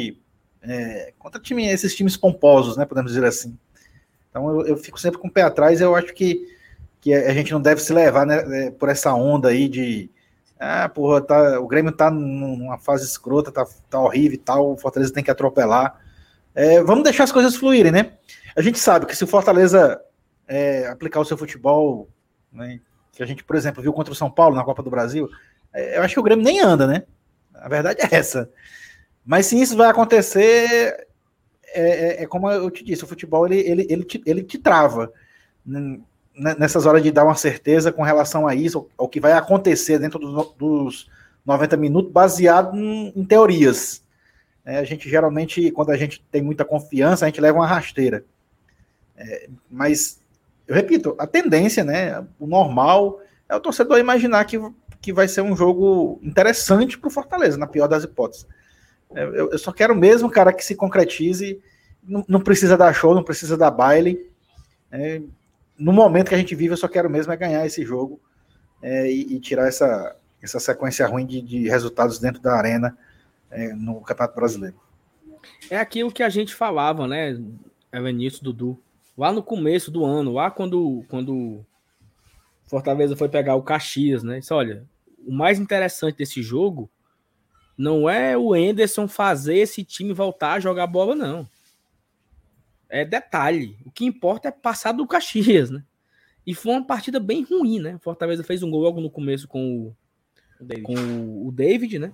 esses times pomposos, né, podemos dizer assim. Então eu fico sempre com o pé atrás e eu acho que a gente não deve se levar, né, por essa onda aí de o Grêmio tá numa fase escrota, tá horrível e tal, o Fortaleza tem que atropelar. Vamos deixar as coisas fluírem, né? A gente sabe que se o Fortaleza aplicar o seu futebol, né, que a gente, por exemplo, viu contra o São Paulo na Copa do Brasil, eu acho que o Grêmio nem anda, né? A verdade é essa. Mas se isso vai acontecer, como eu te disse, o futebol ele te trava nessas horas de dar uma certeza com relação a isso, ao que vai acontecer dentro dos 90 minutos, baseado em teorias. A gente geralmente, quando a gente tem muita confiança, a gente leva uma rasteira. Mas, eu repito, a tendência, né, o normal, é o torcedor imaginar que vai ser um jogo interessante para o Fortaleza, na pior das hipóteses. Eu só quero mesmo, cara, que se concretize, não precisa dar show, não precisa dar baile. No momento que a gente vive, eu só quero mesmo ganhar esse jogo e tirar essa sequência ruim de resultados dentro da arena no Campeonato Brasileiro. É aquilo que a gente falava, né, Elenilson, Dudu, lá no começo do ano, lá quando Fortaleza foi pegar o Caxias, né? Disse, olha, o mais interessante desse jogo não é o Henderson fazer esse time voltar a jogar bola, não. É detalhe. O que importa é passar do Caxias, né? E foi uma partida bem ruim, né? Fortaleza fez um gol logo no começo com o David, né?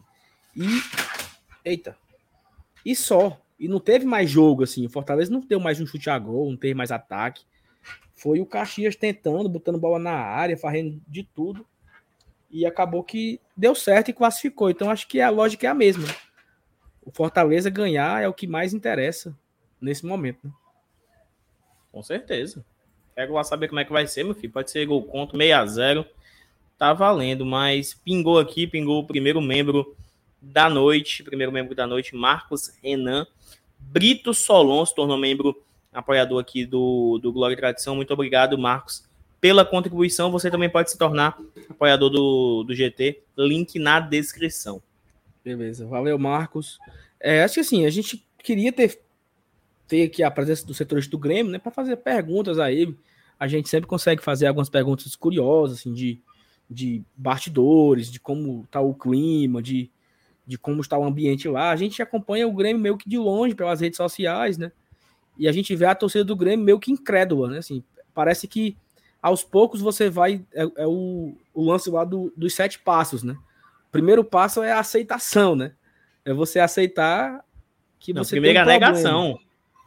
E só. E não teve mais jogo, assim. O Fortaleza não deu mais um chute a gol, não teve mais ataque. Foi o Caxias tentando, botando bola na área, fazendo de tudo. E acabou que deu certo e classificou. Então acho que a lógica é a mesma. O Fortaleza ganhar é o que mais interessa nesse momento, né? Com certeza. Quero lá saber como é que vai ser, meu filho. Pode ser gol contra, 6-0. Tá valendo, mas pingou o primeiro membro da noite. Marcos Renan. Brito Solon se tornou membro apoiador aqui do Glória e Tradição. Muito obrigado, Marcos, pela contribuição. Você também pode se tornar apoiador do GT. Link na descrição. Beleza. Valeu, Marcos. Acho que assim, a gente queria ter aqui a presença dos setores do Grêmio, né, para fazer perguntas a ele. a gente sempre consegue fazer algumas perguntas curiosas, assim, de bastidores, de como está o clima, de como está o ambiente lá. A gente acompanha o Grêmio meio que de longe pelas redes sociais, né? E a gente vê a torcida do Grêmio meio que incrédula, né? Assim, parece que aos poucos você vai... É o lance lá dos 7 passos, né? O primeiro passo é a aceitação, né? É você aceitar que Não, você primeiro tem um a problema. negação.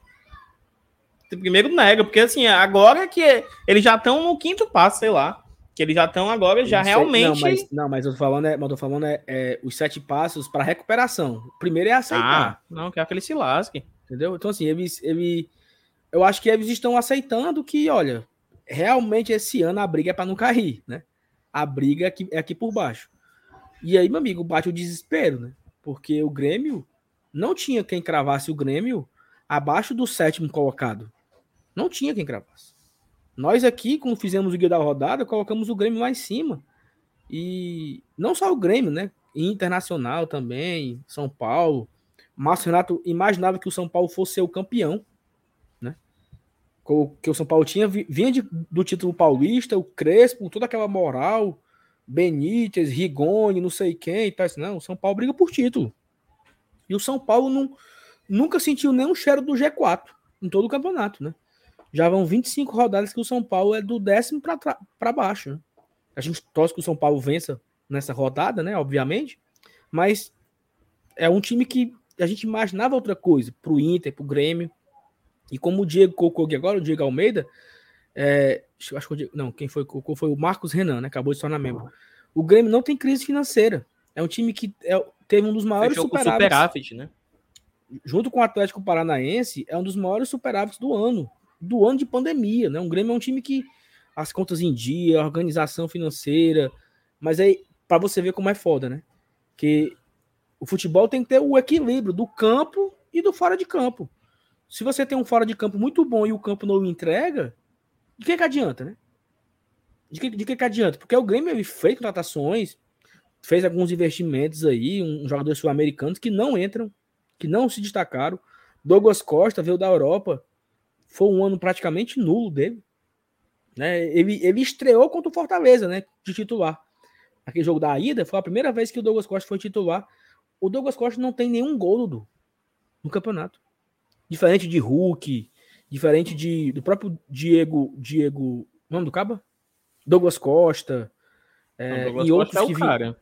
Primeiro nega, porque assim, agora que eles já estão no 5º passo, sei lá. Que eles já estão agora, já realmente... Não, mas eu tô falando os 7 passos para recuperação. O primeiro é aceitar. Não, quero que ele se lasque. Entendeu? Então, assim, eu acho que eles estão aceitando que, olha, realmente esse ano a briga é para não cair, né? A briga é aqui por baixo. E aí, meu amigo, bate o desespero, né? Porque o Grêmio não tinha quem cravasse o Grêmio abaixo do 7º colocado. Não tinha quem cravasse. Nós aqui, quando fizemos o guia da rodada, colocamos o Grêmio lá em cima. E não só o Grêmio, né? Internacional também, São Paulo. Márcio Renato imaginava que o São Paulo fosse ser o campeão, né? Que o São Paulo vinha do título paulista, o Crespo, toda aquela moral, Benítez, Rigoni, não sei quem e tal. Não, o São Paulo briga por título. E o São Paulo nunca sentiu nenhum cheiro do G4 em todo o campeonato, né? Já vão 25 rodadas que o São Paulo é do 10º para baixo, né? A gente torce que o São Paulo vença nessa rodada, né? Obviamente. Mas é um time que a gente imaginava outra coisa pro Inter, pro Grêmio. E como o Diego colocou aqui agora, o Diego Almeida, acho que quem foi o Marcos Renan, né? Acabou de se tornar membro. O Grêmio não tem crise financeira. É um time que teve um dos maiores superávit, né? Junto com o Atlético Paranaense, é um dos maiores superávites do ano de pandemia, né? O Grêmio é um time que as contas em dia, a organização financeira, mas aí para você ver como é foda, né? Que o futebol tem que ter o equilíbrio do campo e do fora de campo. Se você tem um fora de campo muito bom e o campo não entrega, de que adianta, né? De que adianta? Porque o Grêmio fez contratações, fez alguns investimentos aí, jogadores sul-americanos que não entram, que não se destacaram. Douglas Costa veio da Europa, foi um ano praticamente nulo dele, né? Ele estreou contra o Fortaleza, né? De titular. Aquele jogo da ida foi a primeira vez que o Douglas Costa foi titular. O Douglas Costa não tem nenhum gol no campeonato. Diferente de Hulk, diferente do próprio Diego, nome do cabo? Douglas Costa. Douglas e Costa outros é o que cara.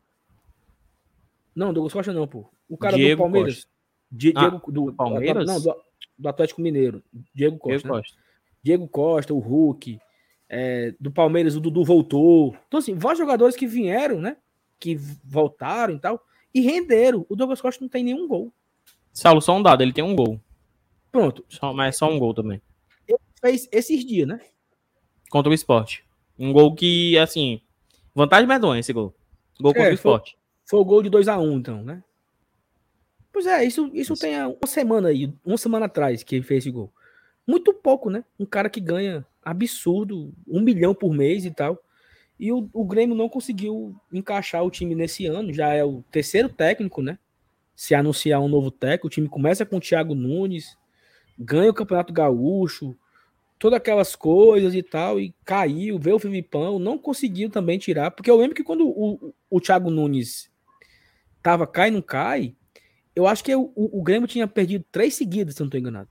Não, Douglas Costa não, pô. O cara Diego do Palmeiras. Diego, do Palmeiras? Do Atlético Mineiro. Diego Costa. Diego Costa. Diego Costa, o Hulk. Do Palmeiras, o Dudu voltou. Então, assim, vários jogadores que vieram, né? Que voltaram e tal. E renderam. O Douglas Costa não tem nenhum gol. Saulo, só um dado, ele tem um gol. Pronto. Mas só um gol também. Ele fez esses dias, né? Contra o Sport. Um gol que, assim, vantagem medonha esse gol. Gol contra o Sport. Foi o gol de 2-1, então, né? Pois é, isso tem uma semana atrás que ele fez esse gol. Muito pouco, né? Um cara que ganha absurdo, 1 milhão por mês e tal. E o Grêmio não conseguiu encaixar o time nesse ano. Já é o 3º técnico, né? Se anunciar um novo técnico, o time começa com o Thiago Nunes, ganha o Campeonato Gaúcho, todas aquelas coisas e tal, e caiu, veio o Filipão, não conseguiu também tirar, porque eu lembro que quando o Thiago Nunes tava cai, não cai, eu acho que o Grêmio tinha perdido 3 seguidas, se eu não estou enganado.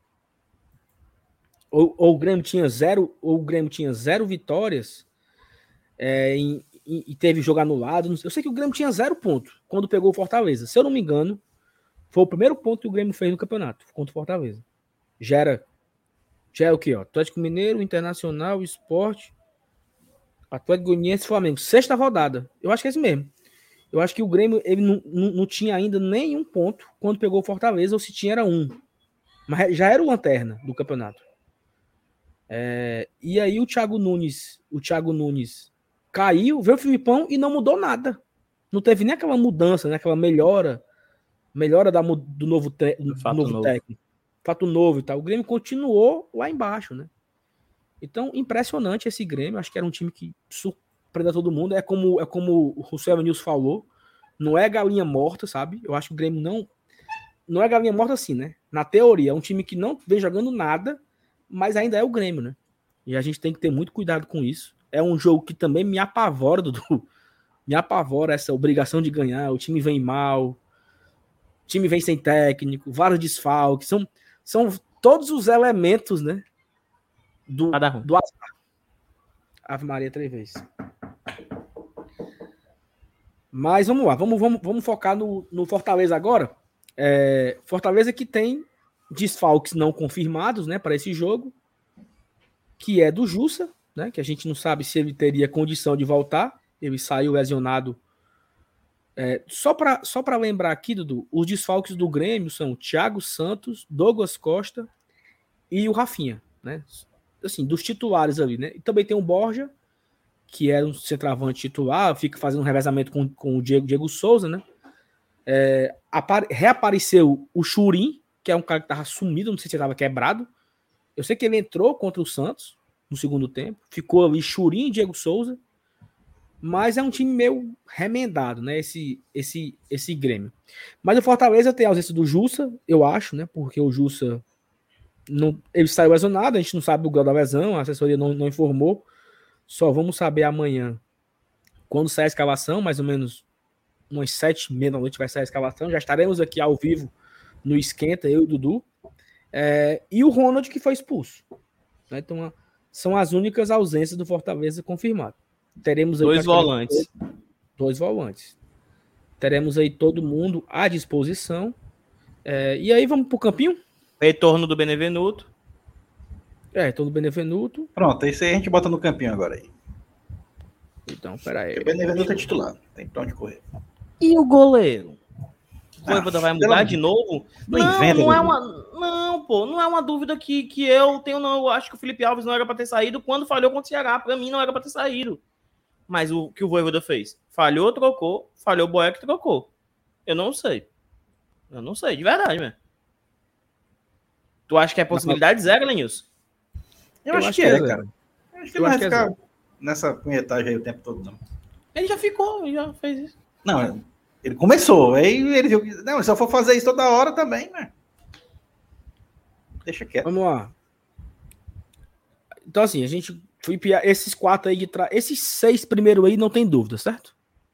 Ou o Grêmio tinha 0 vitórias, e teve jogo anulado. Eu sei que o Grêmio tinha 0 pontos quando pegou o Fortaleza. Se eu não me engano, foi o primeiro ponto que o Grêmio fez no campeonato contra o Fortaleza. Já é o quê? Ó? Atlético Mineiro, Internacional, Sport, Atlético Goianiense, Flamengo. 6ª rodada. Eu acho que é esse mesmo. Eu acho que o Grêmio ele não tinha ainda nenhum ponto quando pegou o Fortaleza, ou se tinha era 1. Mas já era o lanterna do campeonato. E aí o Thiago Nunes caiu, veio o Filipão e não mudou nada. Não teve nem aquela mudança, né? Aquela melhora do novo técnico. Fato novo e tal. O Grêmio continuou lá embaixo, né? Então, impressionante esse Grêmio. Acho que era um time que surpreendeu todo mundo. É como o Selva News falou. Não é galinha morta, sabe? Eu acho que o Grêmio não é galinha morta assim, né? Na teoria, é um time que não vem jogando nada, mas ainda é o Grêmio, né? E a gente tem que ter muito cuidado com isso. É um jogo que também me apavora, Dudu. Me apavora essa obrigação de ganhar. O time vem mal. O time vem sem técnico. Vários desfalques. São todos os elementos, né? Do azar. Ave Maria 3 vezes. Mas vamos lá. Vamos focar no Fortaleza agora. Fortaleza que tem desfalques não confirmados, né? Para esse jogo. Que é do Jussa, né? Que a gente não sabe se ele teria condição de voltar. Ele saiu lesionado. Só para lembrar aqui, Dudu, os desfalques do Grêmio são Thiago Santos, Douglas Costa e o Rafinha, né? Assim, dos titulares ali, né? E também tem o Borja, que era um centroavante titular, fica fazendo um revezamento com o Diego Souza, né? Reapareceu o Churin, que é um cara que estava sumido, não sei se ele estava quebrado. Eu sei que ele entrou contra o Santos no segundo tempo, ficou ali Churin e Diego Souza, mas é um time meio remendado, né? Esse Grêmio. Mas o Fortaleza tem a ausência do Jussa, eu acho, né? Porque o Jussa ele saiu lesionado, a gente não sabe o grau da lesão, a assessoria não informou. Só vamos saber amanhã quando sair a escalação, mais ou menos umas 7h30 da noite vai sair a escalação. Já estaremos aqui ao vivo no Esquenta, eu e o Dudu. E o Ronald que foi expulso. Né? Então, são as únicas ausências do Fortaleza confirmadas. Teremos aí 2 volantes. 2 volantes. Teremos aí todo mundo à disposição. E aí vamos pro campinho? Retorno do Benevenuto. Retorno do Benevenuto. Pronto, isso aí a gente bota no campinho agora aí. Então, peraí. O Benevenuto é titular, tem pra onde correr. E o goleiro? O Voivoda vai mudar de novo? Não é uma dúvida que eu tenho, não. Eu acho que o Felipe Alves não era para ter saído quando falhou contra o Ceará. Para mim, não era para ter saído. Mas o que o Voivoda fez? Falhou, trocou. Falhou, Boeck, trocou. Eu não sei, de verdade, mesmo. Tu acha que é possibilidade zero, Lenilson? Eu acho que é, cara. Eu acho que ele vai ficar nessa punhetagem aí o tempo todo, não. Ele já ficou, ele já fez isso. Não, ele começou, aí ele viu que... Não, se eu for fazer isso toda hora também, né? Deixa quieto. Vamos lá. Então, assim, a gente foi esses 4 aí de trás. Esses 6 primeiro aí não tem dúvida, certo?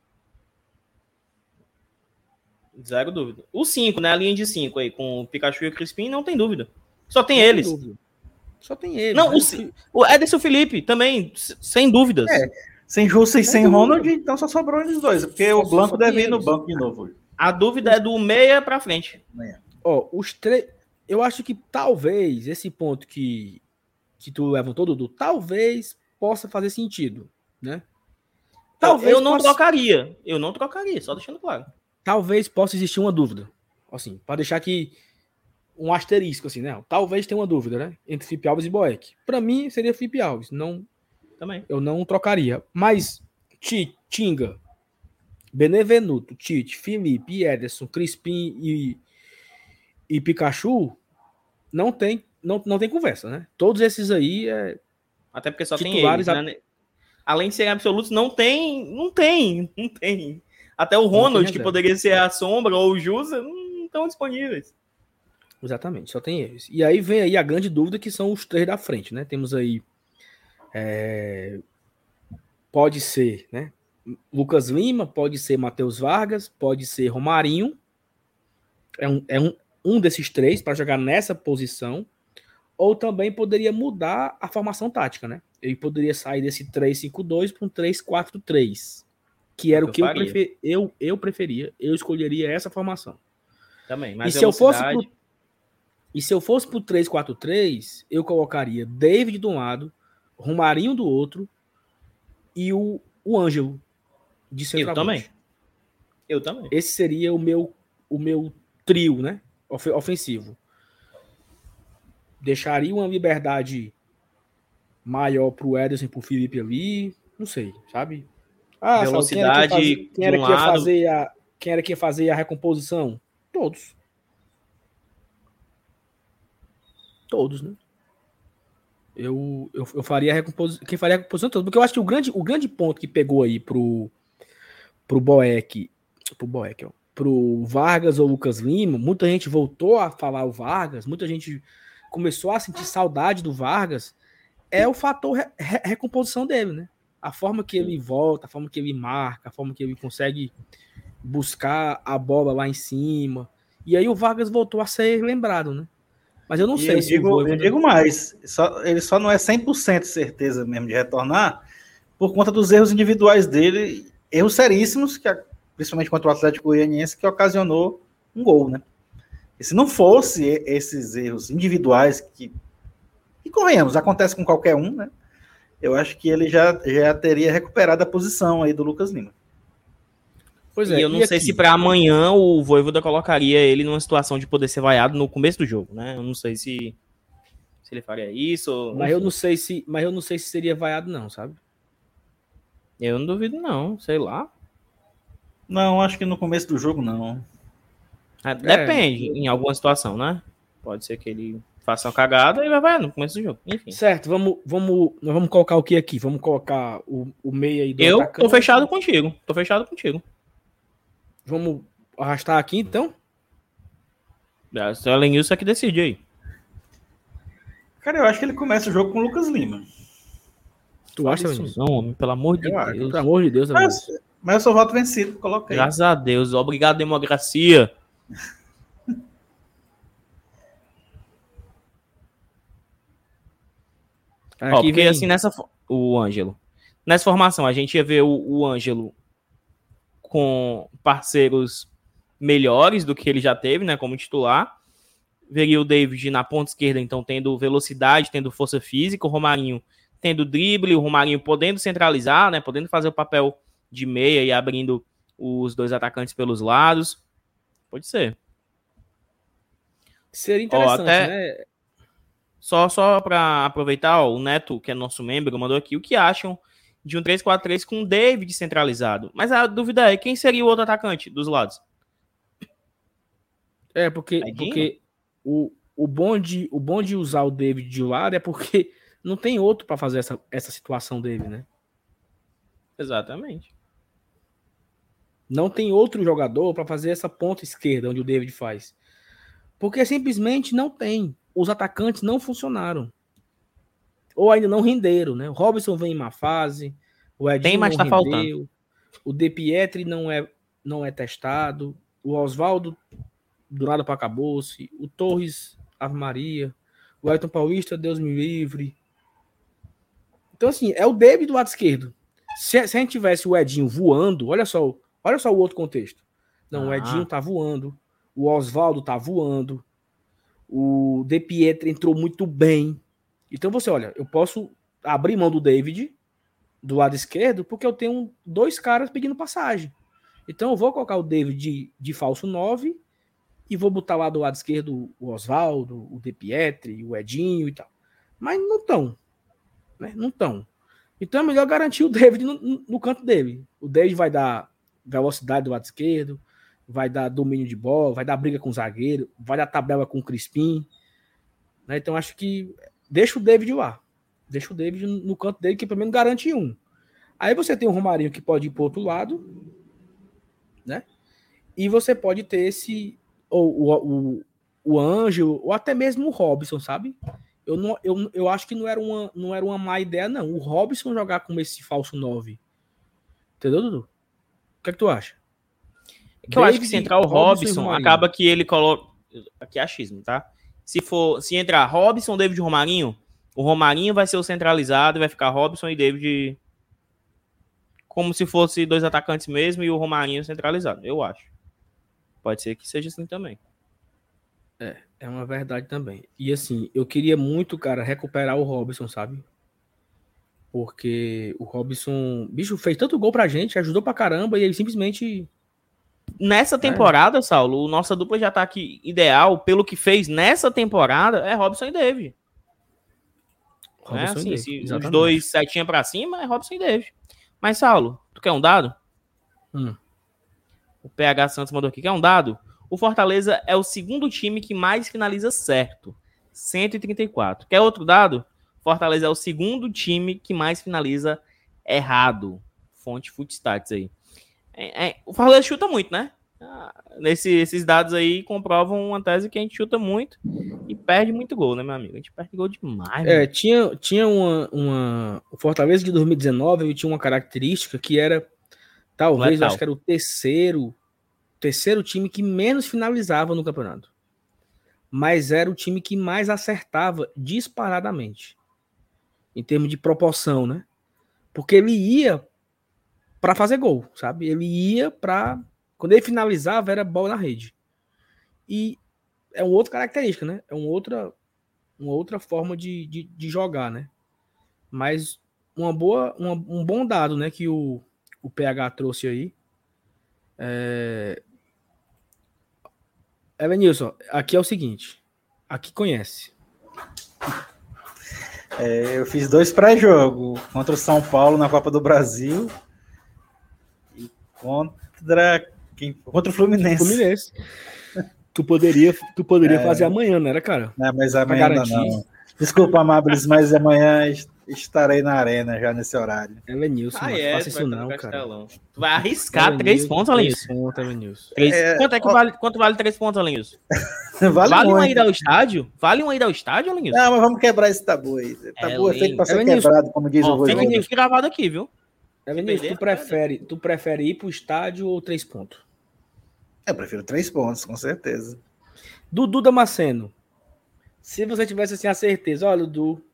Zero dúvida. O 5, né? A linha de 5 aí, com o Pikachu e o Crispim, não tem dúvida. Só tem eles. Só tem eles. Não, o Ederson Felipe também, sem dúvidas. Sem Jussa e sem Ronald, então só sobrou eles dois, porque o Blanco deve ir no banco de novo. A dúvida é do meia pra frente. Os 3... Eu acho que talvez esse ponto que tu levantou, Dudu, talvez possa fazer sentido, né? Talvez eu não trocaria. Eu não trocaria, só deixando claro. Talvez possa existir uma dúvida. Assim, para deixar aqui um asterisco, assim, né? Talvez tenha uma dúvida, né? Entre Felipe Alves e Boeck. Para mim, seria Felipe Alves. Não, também. Eu não trocaria. Mas Tinga, Benevenuto, Tite, Felipe, Ederson, Crispim e Pikachu não tem conversa, né? Todos esses aí até porque só titulares tem eles, né? Além de serem absolutos, não tem. Até o Ronald, que poderia ser a sombra, ou o Jussa, não estão disponíveis. Exatamente, só tem eles. E aí vem aí a grande dúvida, que são os 3 da frente, né? Temos aí pode ser, né? Lucas Lima, pode ser Matheus Vargas, pode ser Romarinho. É um desses 3 para jogar nessa posição. Ou também poderia mudar a formação tática, né? Ele poderia sair desse 3-5-2 para um 3-4-3, que era o que eu preferia. Eu escolheria essa formação. Também, mas e se eu fosse pro 3-4-3, eu colocaria David de um lado, Romarinho do outro e o Ângelo de centroavante. Eu também. Esse seria o meu trio, né? Ofensivo. Deixaria uma liberdade maior pro Ederson e pro Felipe ali, não sei, sabe? Velocidade. Quem era que ia fazer a recomposição? Todos, né? Eu faria a recomposição. Quem faria a recomposição toda, porque eu acho que o grande ponto que pegou aí pro Boeck, pro Vargas ou Lucas Lima, muita gente voltou a falar o Vargas, muita gente começou a sentir saudade do Vargas, é o fator recomposição dele, né? A forma que ele volta, a forma que ele marca, a forma que ele consegue buscar a bola lá em cima. E aí o Vargas voltou a ser lembrado, né? Mas eu não sei se eu digo mais, ele só não é 100% certeza mesmo de retornar por conta dos erros individuais dele, erros seríssimos, principalmente contra o Atlético Goianiense, que ocasionou um gol, né? E se não fosse esses erros individuais que convenhamos, acontece com qualquer um, né? Eu acho que ele já teria recuperado a posição aí do Lucas Lima. Pois é, e eu não sei se para amanhã o Vojvoda colocaria ele numa situação de poder ser vaiado no começo do jogo, né? Eu não sei se ele faria isso. Mas eu não sei se seria vaiado não, sabe? Eu não duvido não, sei lá. Não, acho que no começo do jogo não. Depende, em alguma situação, né? Pode ser que ele faça uma cagada e vai vaiar no começo do jogo, enfim. Certo, nós vamos colocar o que aqui? Vamos colocar o meia aí do atacante. Eu tô fechado contigo. Vamos arrastar aqui, então? O Elenilson é que decide aí. Cara, eu acho que ele começa o jogo com o Lucas Lima. Tu acha, Elenilson? Não, homem, pelo amor de Deus. Pelo amor de Deus, Elenilson. Mas eu sou voto vencido, coloquei. Graças a Deus. Obrigado, democracia. Porque vem... assim, o Ângelo. Nessa formação, a gente ia ver o Ângelo com parceiros melhores do que ele já teve, né, como titular. Veria o David na ponta esquerda, então, tendo velocidade, tendo força física, o Romarinho tendo drible, o Romarinho podendo centralizar, né, podendo fazer o papel de meia e abrindo os dois atacantes pelos lados. Pode ser. Seria interessante, né? Só para aproveitar, o Neto, que é nosso membro, mandou aqui o que acham de um 3-4-3 com o David centralizado. Mas a dúvida é, quem seria o outro atacante dos lados? Porque o bom de usar o David de lado é porque não tem outro para fazer essa situação dele, né? Exatamente. Não tem outro jogador para fazer essa ponta esquerda onde o David faz. Porque simplesmente não tem. Os atacantes não funcionaram. Ou ainda não renderam, né? O Robson vem em má fase. O Edinho tem, mas não tá rendeu. Faltando. O De Pietri não é testado. O Oswaldo, do nada para acabou-se. O Torres, Ave Maria. O Elton Paulista, Deus me livre. Então, assim, é o David do lado esquerdo. Se a gente tivesse o Edinho voando, olha só o outro contexto. Não, o Edinho tá voando. O Oswaldo tá voando. O De Pietri entrou muito bem. Então você, olha, eu posso abrir mão do David do lado esquerdo porque eu tenho dois caras pedindo passagem. Então eu vou colocar o David de falso 9 e vou botar lá do lado esquerdo o Oswaldo, o De Pietri, o Edinho e tal. Mas não estão. Né? Não estão. Então é melhor garantir o David no canto dele. O David vai dar velocidade do lado esquerdo, vai dar domínio de bola, vai dar briga com o zagueiro, vai dar tabela com o Crispim. Né? Então acho que deixa o David lá. Deixa o David no canto dele, que pelo menos garante um. Aí você tem o Romarinho que pode ir para o outro lado, né? E você pode ter ou o Ângelo, ou até mesmo o Robson, sabe? Eu acho que não era uma má ideia, não. O Robson jogar como esse falso 9. Entendeu, Dudu? O que é que tu acha? Que eu acho que se entrar o Robson acaba que ele coloca... Aqui é achismo, tá? Se entrar Robson, David e Romarinho, o Romarinho vai ser o centralizado e vai ficar Robson e David como se fosse dois atacantes mesmo e o Romarinho centralizado, eu acho. Pode ser que seja assim também. É uma verdade também. E assim, eu queria muito, cara, recuperar o Robson, sabe? Porque o Robson, bicho, fez tanto gol pra gente, ajudou pra caramba e ele simplesmente... Nessa temporada, Saulo, nossa dupla de ataque ideal, pelo que fez nessa temporada, é Robson e David. Robson assim, e David, se exatamente. os dois setinha pra cima, é Robson e David. Mas, Saulo, tu quer um dado? O PH Santos mandou aqui. Quer um dado? O Fortaleza é o segundo time que mais finaliza certo. 134. Quer outro dado? Fortaleza é o segundo time que mais finaliza errado. Fonte Footstats aí. O Fortaleza chuta muito, né? Esses dados aí comprovam uma tese que a gente chuta muito e perde muito gol, né, meu amigo? A gente perde gol demais. Tinha o Fortaleza de 2019 ele tinha uma característica que era, talvez, eu acho que era o terceiro time que menos finalizava no campeonato. Mas era o time que mais acertava disparadamente. Em termos de proporção, né? Porque ele ia para fazer gol, sabe? Ele ia para... Quando ele finalizava, era bola na rede. E é uma outra característica, né? É uma outra forma de jogar, né? Mas um bom dado, né? Que o PH trouxe aí. Elenilson, aqui é o seguinte. Aqui conhece. Eu fiz 2 pré-jogos contra o São Paulo na Copa do Brasil e contra o Fluminense. Tu poderia fazer amanhã, não era, cara? Mas amanhã ainda não. Desculpa, Amáveis, mas amanhã estarei na arena já nesse horário. Elenilson, não faça isso não, cara. Tu vai arriscar 3 pontos, Elenilson? 3 pontos, Elenilson. Quanto vale 3 pontos, Elenilson? Vale uma ida ao estádio? Vale uma ida ao estádio, Elenilson? Não, mas vamos quebrar esse tabu aí. Tabu é feito pra ser quebrado, como diz o Fica aqui gravado aqui, viu? Elenilson, tu prefere ir pro estádio ou 3 pontos? Eu prefiro 3 pontos, com certeza. Dudu Damasceno, se você tivesse assim a certeza, olha, Dudu,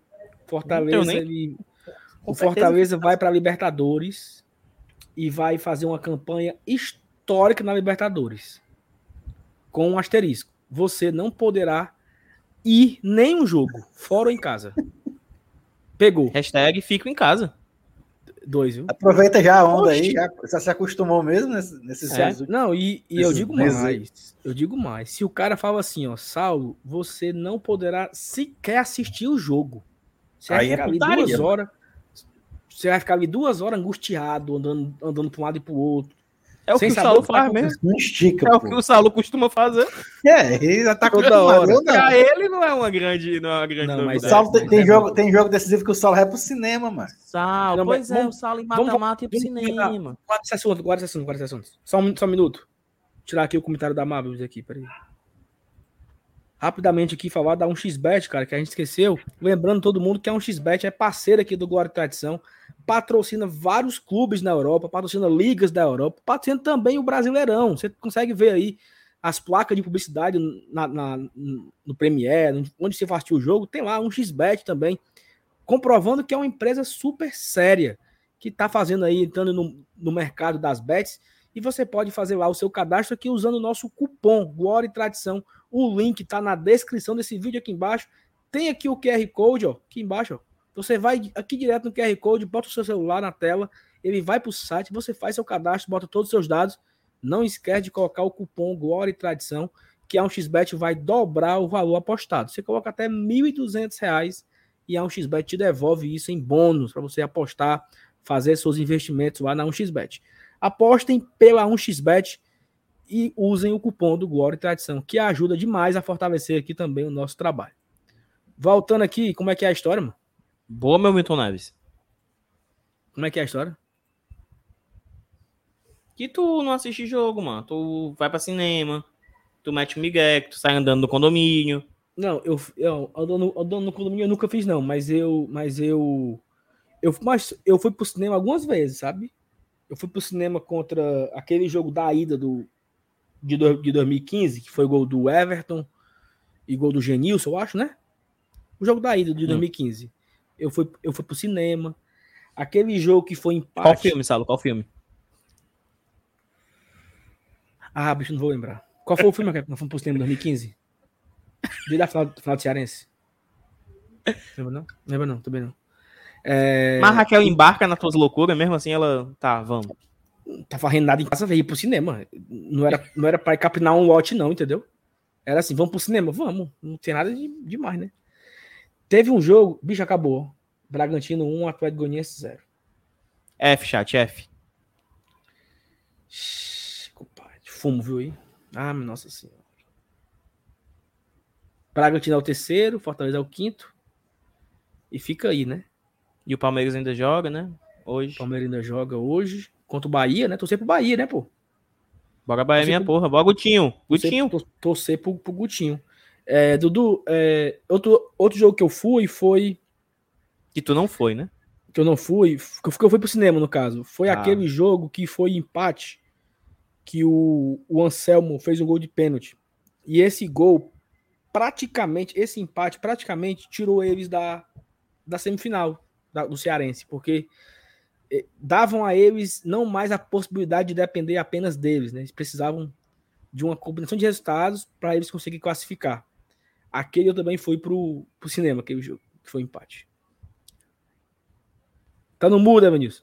Fortaleza vai para Libertadores e vai fazer uma campanha histórica na Libertadores, com um asterisco. Você não poderá ir nem um jogo, fora ou em casa. Pegou. # fico em casa. 2, viu? Aproveita já a onda aí, já se acostumou mesmo nesses Não, e eu digo mais. Eu digo mais. Se o cara fala assim, ó, Saulo, você não poderá sequer assistir o jogo. Você vai ficar ali 2 horas. Você vai ficar ali 2 horas angustiado, andando para um lado e para o outro. É o que o Saulo faz mesmo. Não estica, o que o Saulo costuma fazer. Ele já tá toda hora. Pra ele não é uma grande mas o Saulo tem jogo decisivo que o Saulo vai pro cinema, mano. Saulo, o Saulo em mata-mata ia pro cinema. Guarda esse assunto. Só um minuto. Vou tirar aqui o comentário da Mabel aqui, peraí. Rapidamente aqui, falar da 1xBet, cara, que a gente esqueceu. Lembrando todo mundo que a 1xBet é parceira aqui do Glória e Tradição. Patrocina vários clubes na Europa, patrocina ligas da Europa, patrocina também o Brasileirão. Você consegue ver aí as placas de publicidade no Premiere, onde você assistiu o jogo, tem lá 1xBet também, comprovando que é uma empresa super séria, que está fazendo aí, entrando no mercado das bets, e você pode fazer lá o seu cadastro aqui usando o nosso cupom Glória e Tradição. O link está na descrição desse vídeo aqui embaixo. Tem aqui o QR Code, ó, aqui embaixo, ó. Você vai aqui direto no QR Code, bota o seu celular na tela, ele vai para o site, você faz seu cadastro, bota todos os seus dados. Não esquece de colocar o cupom Glória e Tradição, que a 1xBet vai dobrar o valor apostado. Você coloca até R$ 1.200 e a 1xBet te devolve isso em bônus para você apostar, fazer seus investimentos lá na 1xBet. Apostem pela 1xBet e usem o cupom do Glória e Tradição, que ajuda demais a fortalecer aqui também o nosso trabalho. Voltando aqui, como é que é a história, mano? Boa, meu Milton Neves. Como é que é a história? Que tu não assiste jogo, mano. Tu vai pra cinema, tu mete o migué, tu sai andando no condomínio. Não, eu andando no condomínio eu nunca fiz, não, mas eu fui pro cinema algumas vezes, sabe? Eu fui pro cinema contra aquele jogo da ida de 2015, que foi gol do Everton e gol do Genilson, eu acho, né? O jogo da ida de 2015. Eu fui pro cinema. Aquele jogo que foi empate... Qual filme, Saulo? Qual filme? Ah, bicho, não vou lembrar. Qual foi o filme que nós fomos pro cinema em 2015? Dia da final do Cearense. Lembra não? Lembra não, também não. Mas a Raquel embarca nas tuas loucuras, mesmo assim ela... Tá, vamos. Tá fazendo nada em casa, veio pro cinema. Não era pra capinar um lote, não, entendeu? Era assim, vamos pro cinema? Vamos. Não tem nada demais, né? Teve um jogo, bicho, acabou. Bragantino 1, Atlético Goianiense 0. F, chat, F. Compadre, fumo, viu aí? Ah, nossa senhora. Bragantino é o 3º, Fortaleza é o 5º. E fica aí, né? E o Palmeiras ainda joga, né? Hoje. O Palmeiras ainda joga hoje. Contra o Bahia, né? Torcer pro Bahia, né, pô? Bora Bahia, minha porra. Bora Gutinho. Gutinho. Torcer pro Gutinho. Dudu, outro jogo que eu fui foi... Que tu não foi, né? Que eu não fui, que eu fui pro cinema, no caso. Foi aquele jogo que foi empate, que o Anselmo fez um gol de pênalti. E esse gol, esse empate praticamente tirou eles da semifinal do Cearense, porque davam a eles não mais a possibilidade de depender apenas deles, né? Eles precisavam de uma combinação de resultados para eles conseguirem classificar. Aquele eu também fui pro cinema, aquele jogo, que foi empate. Tá no mudo, Evanilson?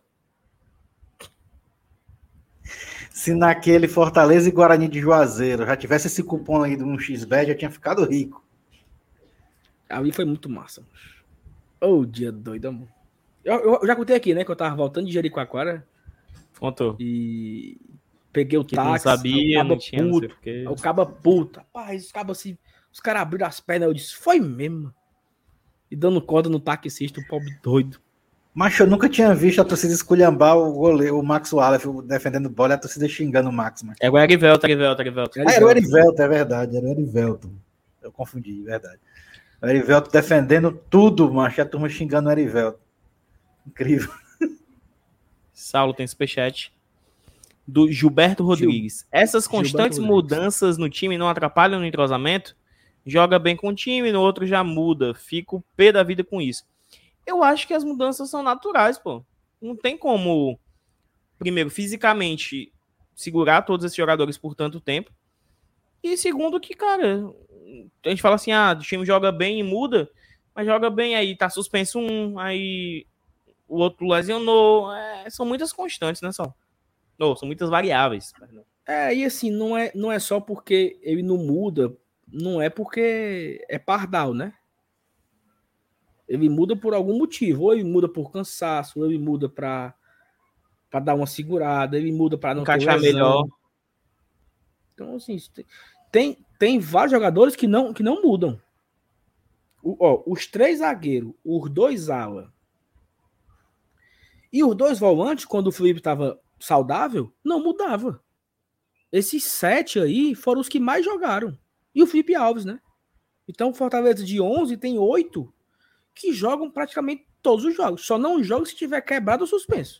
Se naquele Fortaleza e Guarani de Juazeiro já tivesse esse cupom aí de um XBET, já tinha ficado rico. Ali foi muito massa. Dia doido, amor. Eu já contei aqui, né? Que eu tava voltando de Jericoacoara. Contou. E peguei o que táxi. Não sabia, não tinha, não sei porque. O caba puta. Rapaz, os caras abriram as pernas. Eu disse, foi mesmo. E dando corda no taxista, o pobre doido. Mas eu nunca tinha visto a torcida esculhambar o goleiro, o Max Wallace, defendendo bola, e a torcida xingando o Max. Mas... É o Erivelto. Era o Erivelto, é verdade, era o Erivelto. Eu confundi, é verdade. O Erivelto defendendo tudo, mas a turma xingando o Erivelto. Incrível. Saulo tem superchat. Do Gilberto Rodrigues. Essas constantes mudanças no time não atrapalham no entrosamento? Joga bem com o time, no outro já muda. Fico pé da vida com isso. Eu acho que as mudanças são naturais, pô. Não tem como, primeiro, fisicamente, segurar todos esses jogadores por tanto tempo. E segundo que, cara, a gente fala assim, o time joga bem e muda, mas joga bem, aí tá suspenso aí o outro lesionou. São muitas constantes, né, só? Não, são muitas variáveis. E assim, não é só porque ele não muda, não é porque é pardal, né? Ele muda por algum motivo, ou ele muda por cansaço, ou ele muda para dar uma segurada, ele muda para não encaixar melhor. Então, assim, tem vários jogadores que não mudam. Os 3 zagueiros, os 2 ala e os 2 volantes, quando o Felipe estava saudável, não mudava. Esses 7 aí foram os que mais jogaram. E o Felipe Alves, né? Então, o Fortaleza de 11 tem 8 que jogam praticamente todos os jogos. Só não jogam se tiver quebrado ou suspenso.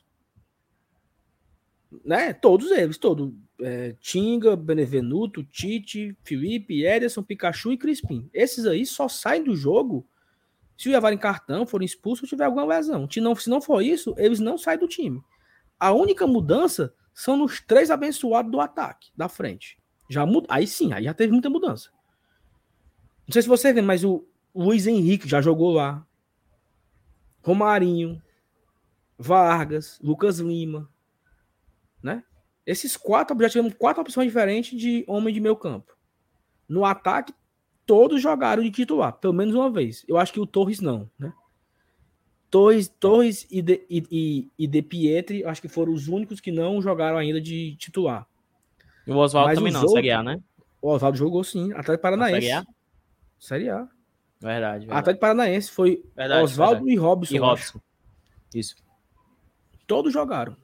Né? Todos eles. Tinga, Benevenuto, Tite, Felipe, Ederson, Pikachu e Crispim. Esses aí só saem do jogo se levarem cartão, forem expulsos ou tiver alguma lesão. Se não for isso, eles não saem do time. A única mudança são nos 3 abençoados do ataque, da frente. Aí sim, aí já teve muita mudança. Não sei se você vê, mas o Luiz Henrique já jogou lá. Romarinho, Vargas, Lucas Lima, né? Esses 4, já tivemos 4 opções diferentes de homem de meio campo. No ataque, todos jogaram de titular, pelo menos uma vez. Eu acho que o Torres não, né? Torres e De Pietri, acho que foram os únicos que não jogaram ainda de titular. E o Oswaldo também não, Série A, né? O Oswaldo jogou sim, Atlético Paranaense. Série A. Verdade. Atlético Paranaense foi Oswaldo e Robson. Isso. Todos jogaram.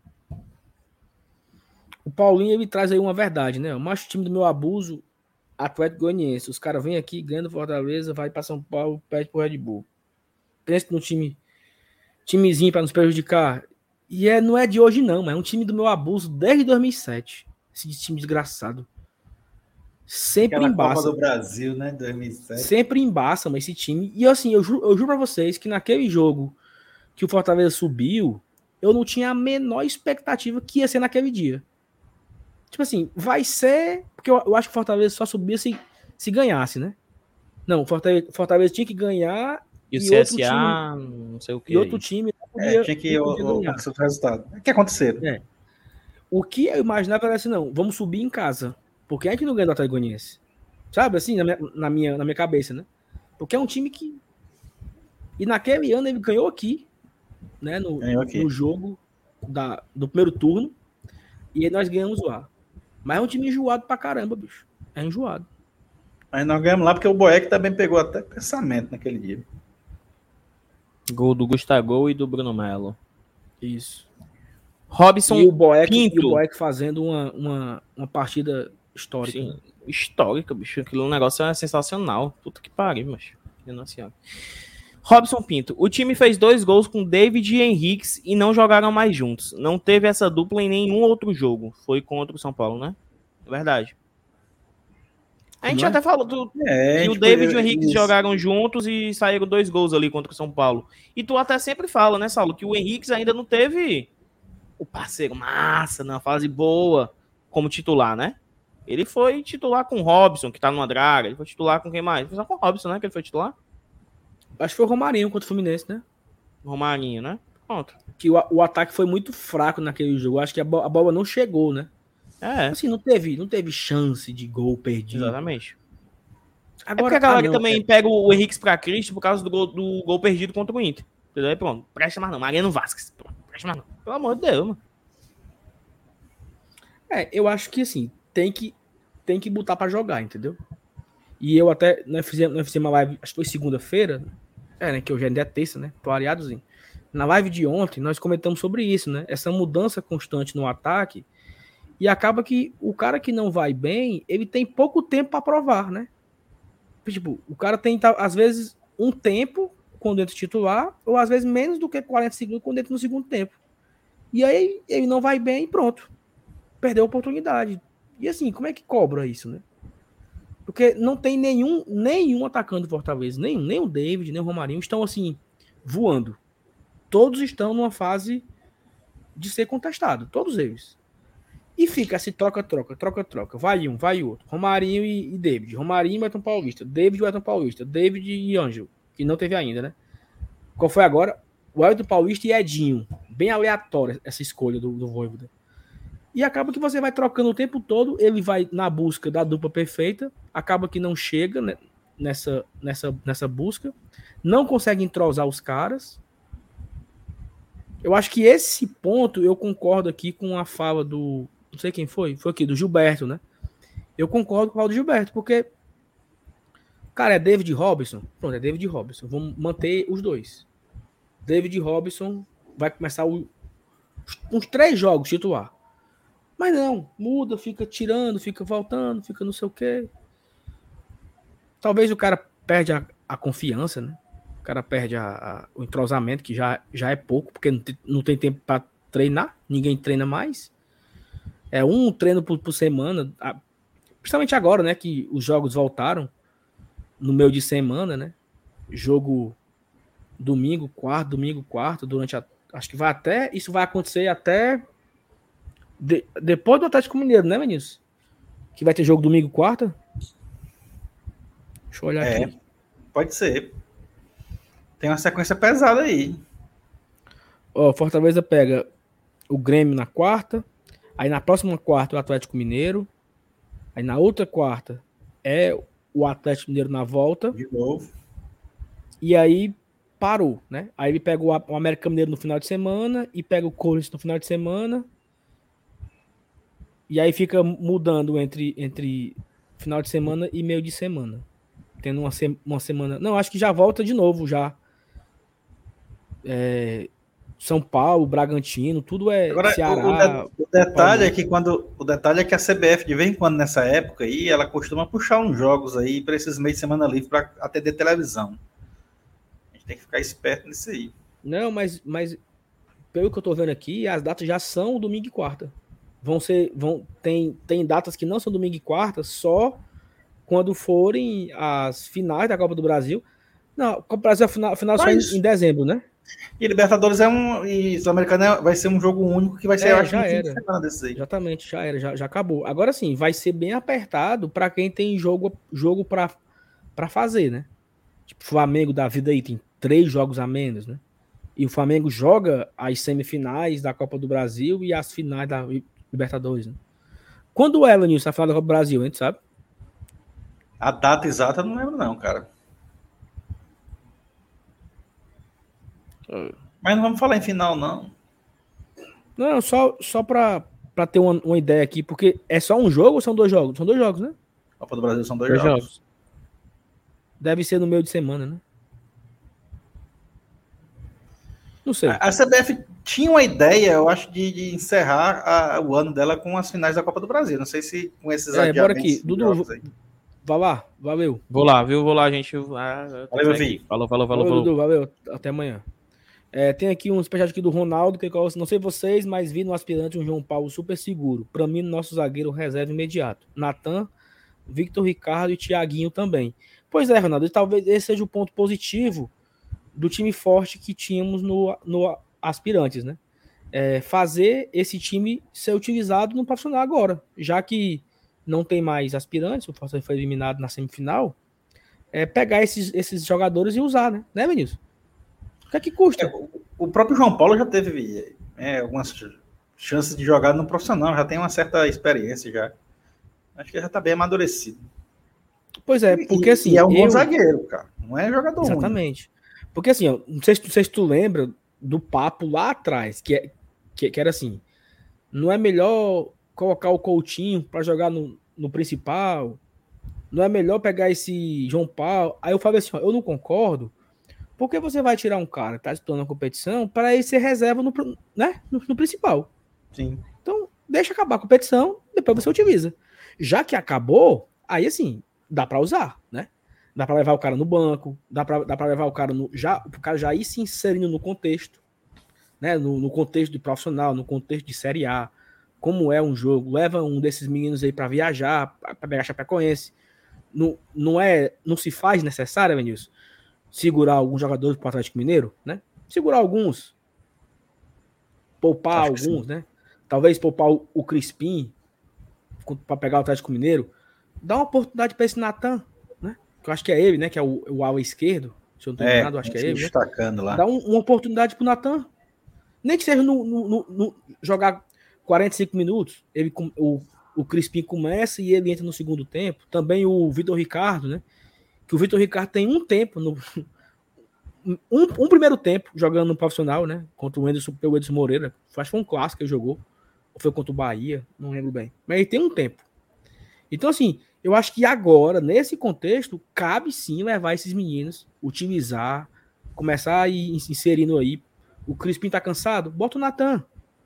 O Paulinho, ele traz aí uma verdade, né? O mais time do meu abuso, Atlético Goianiense. Os caras vêm aqui, ganham do Fortaleza, vai para São Paulo, pede pro Red Bull. Pensa no timezinho para nos prejudicar. E não é de hoje não, mas é um time do meu abuso desde 2007. Esse time desgraçado. Sempre aquela embaça. Copa do Brasil, né? 2007. Sempre embaça, mas esse time... E assim, eu juro pra vocês que naquele jogo que o Fortaleza subiu, eu não tinha a menor expectativa que ia ser naquele dia. Tipo assim, vai ser... Porque eu acho que o Fortaleza só subia se ganhasse, né? Não, o Fortaleza tinha que ganhar... E o CSA, não sei o que. E outro time... Tinha que acontecer o resultado. O que aconteceu? O que eu imaginava era assim, não, vamos subir em casa. Porque a gente não ganha do Atlético Goianiense. Sabe, assim, na minha cabeça, né? Porque é um time que... E naquele ano ele ganhou aqui, né? No jogo do primeiro turno. E aí nós ganhamos lá. Mas é um time enjoado pra caramba, bicho. É enjoado. Mas nós ganhamos lá porque o Boeck também pegou até pensamento naquele dia. Gol do Gustavo e do Bruno Melo. Isso. Robson E o Boeck Pinto. fazendo uma partida histórica. Sim, histórica, bicho. Aquilo, um negócio é sensacional. Puta que pariu, macho. Nossa senhora. Robson Pinto. O time fez 2 gols com David e Henriques e não jogaram mais juntos. Não teve essa dupla em nenhum outro jogo. Foi contra o São Paulo, né? É verdade. A gente até falou que o David e o Henrique jogaram juntos e saíram 2 gols ali contra o São Paulo. E tu até sempre fala, né, Saulo, que o Henrique ainda não teve o parceiro massa, na fase boa, como titular, né? Ele foi titular com o Robson, que tá numa draga. Ele foi titular com quem mais? Foi só com o Robson, né, que ele foi titular? Acho que foi o Romarinho contra o Fluminense, né? Romarinho, né? Pronto. Que o ataque foi muito fraco naquele jogo. Acho que a bola não chegou, né? Assim, não teve chance de gol perdido. Exatamente. Agora, porque a galera também pega o Henrique pra Cristo por causa do gol perdido contra o Inter. Entendeu? Aí pronto. Presta mais não. Mariano Vasquez. Presta mais não. Pelo amor de Deus, mano. Eu acho que assim, tem que botar pra jogar, entendeu? E eu até, nós fizemos uma live, acho que foi segunda-feira, né, que hoje ainda é terça, né, tô areadozinho. Na live de ontem, nós comentamos sobre isso, né, essa mudança constante no ataque, e acaba que o cara que não vai bem, ele tem pouco tempo pra provar, né? Tipo, o cara tem, às vezes, um tempo quando entra titular, ou às vezes menos do que 40 segundos quando entra no segundo tempo. E aí, ele não vai bem e pronto. Perdeu a oportunidade. E assim, como é que cobra isso, né? Porque não tem nenhum atacante do Fortaleza, nem o David, nem o Romarinho estão assim, voando. Todos estão numa fase de ser contestado, todos eles. E fica esse troca-troca. Vai um, vai outro. Romarinho e David. Romarinho e Wellington Paulista. David e Wellington Paulista. David e Ângelo, que não teve ainda, né? Qual foi agora? Wellington Paulista e Edinho. Bem aleatória essa escolha do Vojvoda. E acaba que você vai trocando o tempo todo, ele vai na busca da dupla perfeita, acaba que não chega, né, nessa busca, não consegue entrosar os caras. Eu acho que esse ponto eu concordo aqui com a fala do... Não sei quem foi aqui, do Gilberto, né? Eu concordo com a fala do Gilberto, porque, cara, é David Robinson. Pronto, é David Robinson. Vamos manter os dois. David Robinson vai começar uns 3 jogos titular. Mas não, muda, fica tirando, fica voltando, fica não sei o quê. Talvez o cara perde a confiança, né? O cara perde o entrosamento, que já é pouco, porque não tem tempo para treinar, ninguém treina mais. É um treino por semana, principalmente agora, né, que os jogos voltaram no meio de semana, né? Jogo domingo, quarto, durante acho que isso vai acontecer até depois do Atlético Mineiro, né, Vinícius? Que vai ter jogo domingo, quarta? Deixa eu olhar aqui. Pode ser. Tem uma sequência pesada aí. Ó, Fortaleza pega o Grêmio na quarta, aí na próxima quarta o Atlético Mineiro, aí na outra quarta é o Atlético Mineiro na volta. De novo. E aí parou, né? Aí ele pega o América Mineiro no final de semana e pega o Corinthians no final de semana. E aí fica mudando entre final de semana e meio de semana. Tendo uma semana... Não, acho que já volta de novo, já. São Paulo, Bragantino, tudo é Agora, Ceará. O detalhe é que a CBF, de vez em quando, nessa época aí, ela costuma puxar uns jogos aí para esses meios de semana livre para atender televisão. A gente tem que ficar esperto nisso aí. Não, mas pelo que eu tô vendo aqui, as datas já são domingo e quarta. Tem datas que não são domingo e quarta, só quando forem as finais da Copa do Brasil. Não, a Copa do Brasil, a final só em dezembro, né? E Libertadores e Sul-Americana vai ser um jogo único que vai ser, eu acho, já no fim era. de semana desse aí. Exatamente, já era, já acabou. Agora sim, vai ser bem apertado para quem tem jogo para fazer, né? Tipo, o Flamengo da vida aí tem 3 jogos a menos, né? E o Flamengo joga as semifinais da Copa do Brasil e as finais da Libertadores, né? Quando é, Lanilson, a final da Copa do Brasil, a gente sabe? A data exata eu não lembro não, cara. Mas não vamos falar em final, não. Não, só pra ter uma ideia aqui, porque é só um jogo ou são 2 jogos? São 2 jogos, né? Copa do Brasil são 2 jogos. Deve ser no meio de semana, né? Não sei. A CBF tinha uma ideia, eu acho, de encerrar o ano dela com as finais da Copa do Brasil. Não sei se com esses adiamentos... Bora aqui. Dudu, vai lá. Valeu. Vou lá, viu? Vou lá, gente. Valeu, meu filho. Falou. Dudu, valeu. Até amanhã. Tem aqui um superchat aqui do Ronaldo, que não sei vocês, mas vi no aspirante um João Paulo super seguro. Para mim, nosso zagueiro reserva imediato. Natan, Victor Ricardo e Thiaguinho também. Pois é, Ronaldo, talvez esse seja o ponto positivo do time forte que tínhamos no aspirantes, né? Fazer esse time ser utilizado no profissional agora, já que não tem mais aspirantes, o Fortaleza foi eliminado na semifinal, pegar esses jogadores e usar, né, Vinícius? O que é que custa? O próprio João Paulo já teve algumas chances de jogar no profissional, já tem uma certa experiência já. Acho que já está bem amadurecido. Pois é, porque assim... E é um bom zagueiro, cara. Não é jogador ruim. Exatamente. Porque assim, não sei se tu lembra do papo lá atrás, que era assim, não é melhor colocar o Coutinho para jogar no principal? Não é melhor pegar esse João Paulo? Aí eu falei assim, eu não concordo, porque você vai tirar um cara que tá disputando a competição para ele ser reserva no principal. Sim. Então, deixa acabar a competição, depois você utiliza. Já que acabou, aí assim, dá para usar, né? Dá para levar o cara no banco, dá para levar o cara o cara já ir se inserindo no contexto, né? No contexto de profissional, no contexto de Série A, como é um jogo, leva um desses meninos aí para viajar, para pegar Chapecoense. Não se faz necessário, Vinícius, segurar alguns jogadores para o Atlético Mineiro, né? Segurar alguns, poupar alguns, né? Talvez poupar o Crispim para pegar o Atlético Mineiro. Dá uma oportunidade para esse Natan, né? Que eu acho que é ele, né? Que é o ala esquerdo. Se eu não estou enganado, acho que é ele. Destacando, né? Lá. Dá uma oportunidade pro Natan. Nem que seja no jogar 45 minutos. O Crispim começa e ele entra no segundo tempo. Também o Vitor Ricardo, né? Que o Vitor Ricardo tem um tempo, um primeiro tempo jogando no profissional, né? Contra o Anderson Moreira. Acho que foi um clássico que ele jogou. Ou foi contra o Bahia, não lembro bem. Mas ele tem um tempo. Então, assim, eu acho que agora, nesse contexto, cabe sim levar esses meninos, utilizar, começar a ir inserindo aí. O Crispim tá cansado? Bota o Natan.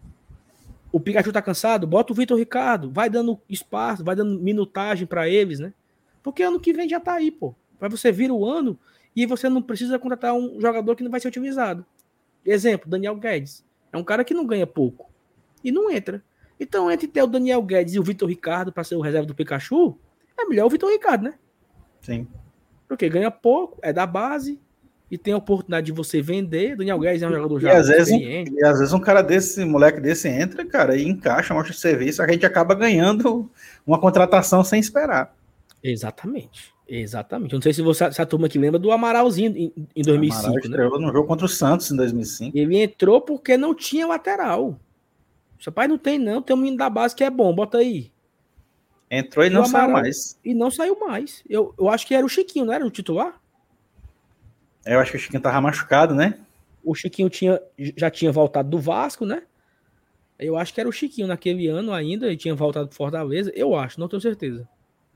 O Pikachu tá cansado? Bota o Vitor Ricardo. Vai dando espaço, vai dando minutagem para eles, né? Porque ano que vem já tá aí, pô. Vai você vira o ano e você não precisa contratar um jogador que não vai ser utilizado. Exemplo, Daniel Guedes. É um cara que não ganha pouco. E não entra. Então, entre ter o Daniel Guedes e o Vitor Ricardo para ser o reserva do Pikachu, é melhor o Vitor Ricardo, né? Sim. Porque ganha pouco, é da base e tem a oportunidade de você vender. Daniel Guedes é um jogador já experiente. E às vezes um cara desse, moleque desse entra, cara, e encaixa, mostra o serviço, a gente acaba ganhando uma contratação sem esperar. Exatamente. Eu não sei se a turma que lembra do Amaralzinho em 2005, Amaral estreou no jogo contra o Santos em 2005. Ele entrou porque não tinha lateral. Seu pai não tem, não. Tem um menino da base que é bom, bota aí. Entrou e não saiu mais. E não saiu mais. Eu acho que era o Chiquinho, não era o titular? Eu acho que o Chiquinho tava machucado, né? O Chiquinho já tinha voltado do Vasco, né? Eu acho que era o Chiquinho naquele ano ainda. Ele tinha voltado do Fortaleza. Eu acho, não tenho certeza.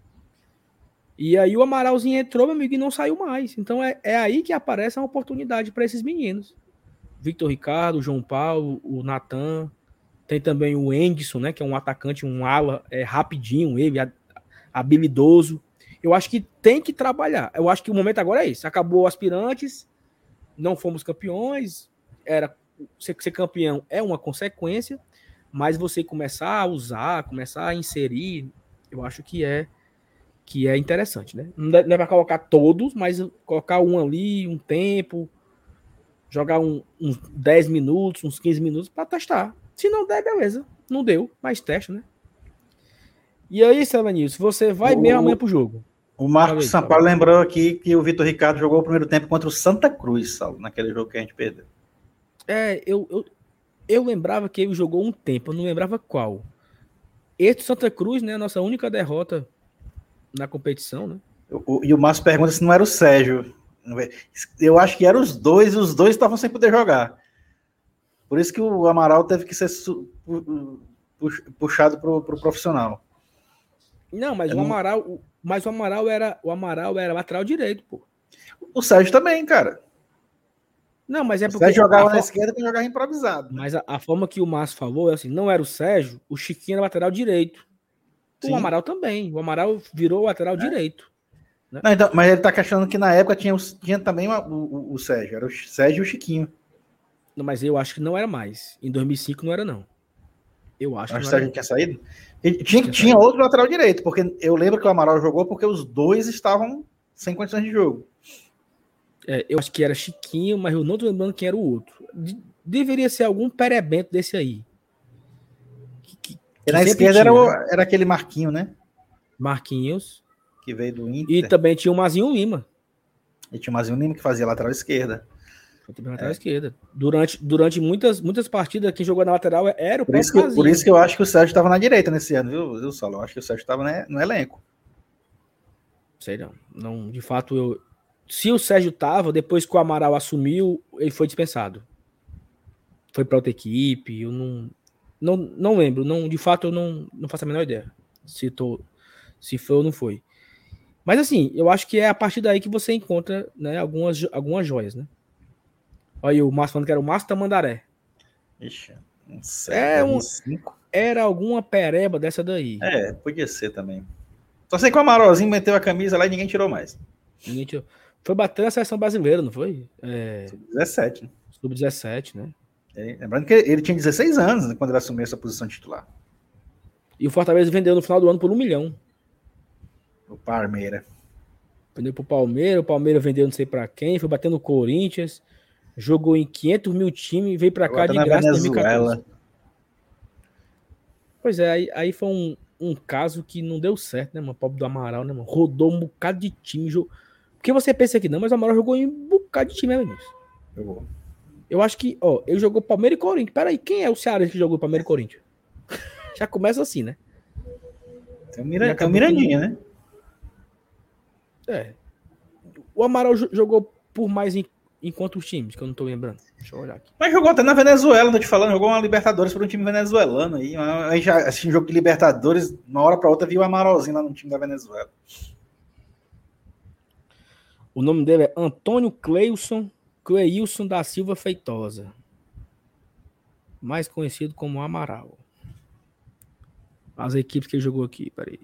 E aí o Amaralzinho entrou, meu amigo, e não saiu mais. Então é aí que aparece uma oportunidade para esses meninos. Victor Ricardo, o João Paulo, o Natan. Tem também o Endson, né? Que é um atacante, um ala rapidinho, ele, habilidoso. Eu acho que tem que trabalhar. Eu acho que o momento agora é esse. Acabou aspirantes, não fomos campeões. Ser campeão é uma consequência, mas você começar a usar, começar a inserir, eu acho que é interessante, né? Não é para colocar todos, mas colocar um ali, um tempo, jogar uns 10 minutos, uns 15 minutos para testar. Se não der, beleza. Não deu, mas testa, né? E aí, Selanilson, você vai mesmo amanhã pro jogo? O Marcos Sampaio lembrou aqui que o Vitor Ricardo jogou o primeiro tempo contra o Santa Cruz, Saulo, naquele jogo que a gente perdeu. Eu lembrava que ele jogou um tempo, eu não lembrava qual. Esse Santa Cruz, né, a nossa única derrota na competição, né? E o Márcio pergunta se não era o Sérgio. Eu acho que eram os dois estavam sem poder jogar. Por isso que o Amaral teve que ser puxado pro profissional. Não, mas o Amaral era lateral direito, pô. O Sérgio também, cara. Não, mas é O porque... Sérgio jogava na esquerda e jogava improvisado. Né? Mas a forma que o Márcio falou é assim, não era o Sérgio, o Chiquinho era lateral direito. Sim. O Amaral também. O Amaral virou lateral direito. Né? Não, então, mas ele tá questionando que na época tinha também o Sérgio. Era o Sérgio e o Chiquinho. Não, mas eu acho que não era mais. Em 2005 não era, não. Eu acho que o não Sérgio era. tinha saído. Tinha outro lateral direito, porque eu lembro que o Amaral jogou porque os dois estavam sem condições de jogo. Eu acho que era Chiquinho, mas eu não tô lembrando quem era o outro. Deveria ser algum perebento desse aí. E na esquerda era aquele Marquinho, né? Marquinhos. Que veio do Inter. E também tinha o Mazinho Lima. E tinha o Mazinho Lima que fazia lateral esquerda. Lateral esquerda. Durante muitas partidas, quem jogou na lateral era o próprio Mazinho. Por isso que eu acho que o Sérgio estava na direita nesse ano, viu, Saulo? Eu acho que o Sérgio estava no elenco. Sei não. De fato, se o Sérgio tava, depois que o Amaral assumiu, ele foi dispensado. Foi para outra equipe, eu não lembro. De fato, eu não faço a menor ideia se foi ou não foi. Mas assim, eu acho que é a partir daí que você encontra, né, algumas joias, né? Olha aí o Márcio falando que era o Márcio Tamandaré. Ixi, não sei. Era alguma pereba dessa daí. Podia ser também. Só sei que o Amaralzinho meteu a camisa lá e ninguém tirou mais. Foi bater na seleção brasileira, não foi? Sub-17. Né? Sub-17, né? Lembrando que ele tinha 16 anos, né, quando ele assumiu essa posição titular. E o Fortaleza vendeu no final do ano por 1 milhão. O Palmeiras. Vendeu pro Palmeiras, o Palmeiras vendeu não sei pra quem, foi bater no Corinthians, jogou em 500 mil times e veio pra cá de graça em 2014. Pois é, aí foi um caso que não deu certo, né, mano? Pobre do Amaral, né, mano? Rodou um bocado de time. Porque você pensa que não, mas o Amaral jogou em um bocado de time, né, Vinícius? Jogou. Eu acho que, ele jogou Palmeiras e Corinthians. Peraí, quem é o Cearense que jogou Palmeiras e Corinthians? Já começa assim, né? Tem o Mirandinha, né? O Amaral jogou por mais em quantos times, que eu não tô lembrando. Deixa eu olhar aqui. Mas jogou até na Venezuela, tô te falando. Jogou uma Libertadores por um time venezuelano aí. Aí já assisti um jogo de Libertadores, uma hora pra outra viu o Amaralzinho lá no time da Venezuela. O nome dele é Antônio Cleilson da Silva Feitosa. Mais conhecido como Amaral. As equipes que ele jogou aqui, peraí.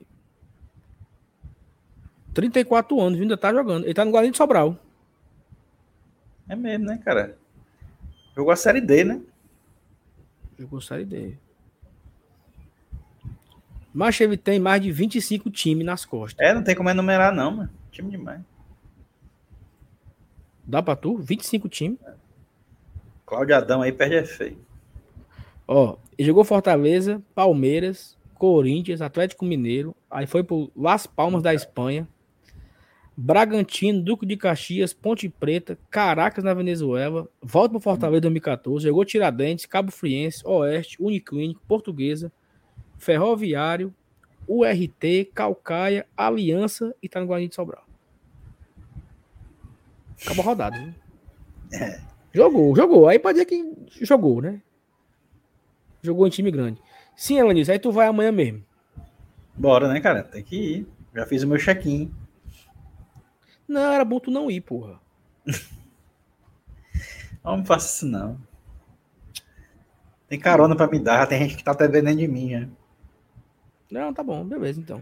34 anos, ainda tá jogando. Ele tá no Guarani de Sobral. É mesmo, né, cara? Jogou a Série D, né? Jogou Série D. Mas ele tem mais de 25 times nas costas. Não tem como enumerar, não, mano. Time demais. Dá pra tu? 25 times. Cláudio Adão aí perde feio. Ele jogou Fortaleza, Palmeiras, Corinthians, Atlético Mineiro. Aí foi pro Las Palmas da Espanha. Bragantino, Duque de Caxias, Ponte Preta, Caracas na Venezuela, volta para Fortaleza em 2014, jogou Tiradentes, Cabo Friense, Oeste, Uniclínico, Portuguesa, Ferroviário, URT, Calcaia, Aliança e tá no Guarani de Sobral. Acabou a rodada, viu? Jogou. Aí pode dizer que jogou, né? Jogou em time grande. Sim, Elanis, aí tu vai amanhã mesmo. Bora, né, cara? Tem que ir. Já fiz o meu check-in. Não, era bom tu não ir, porra. Não faça isso, não. Tem carona pra me dar, tem gente que tá até vendendo de mim, já. Não, tá bom, beleza, então.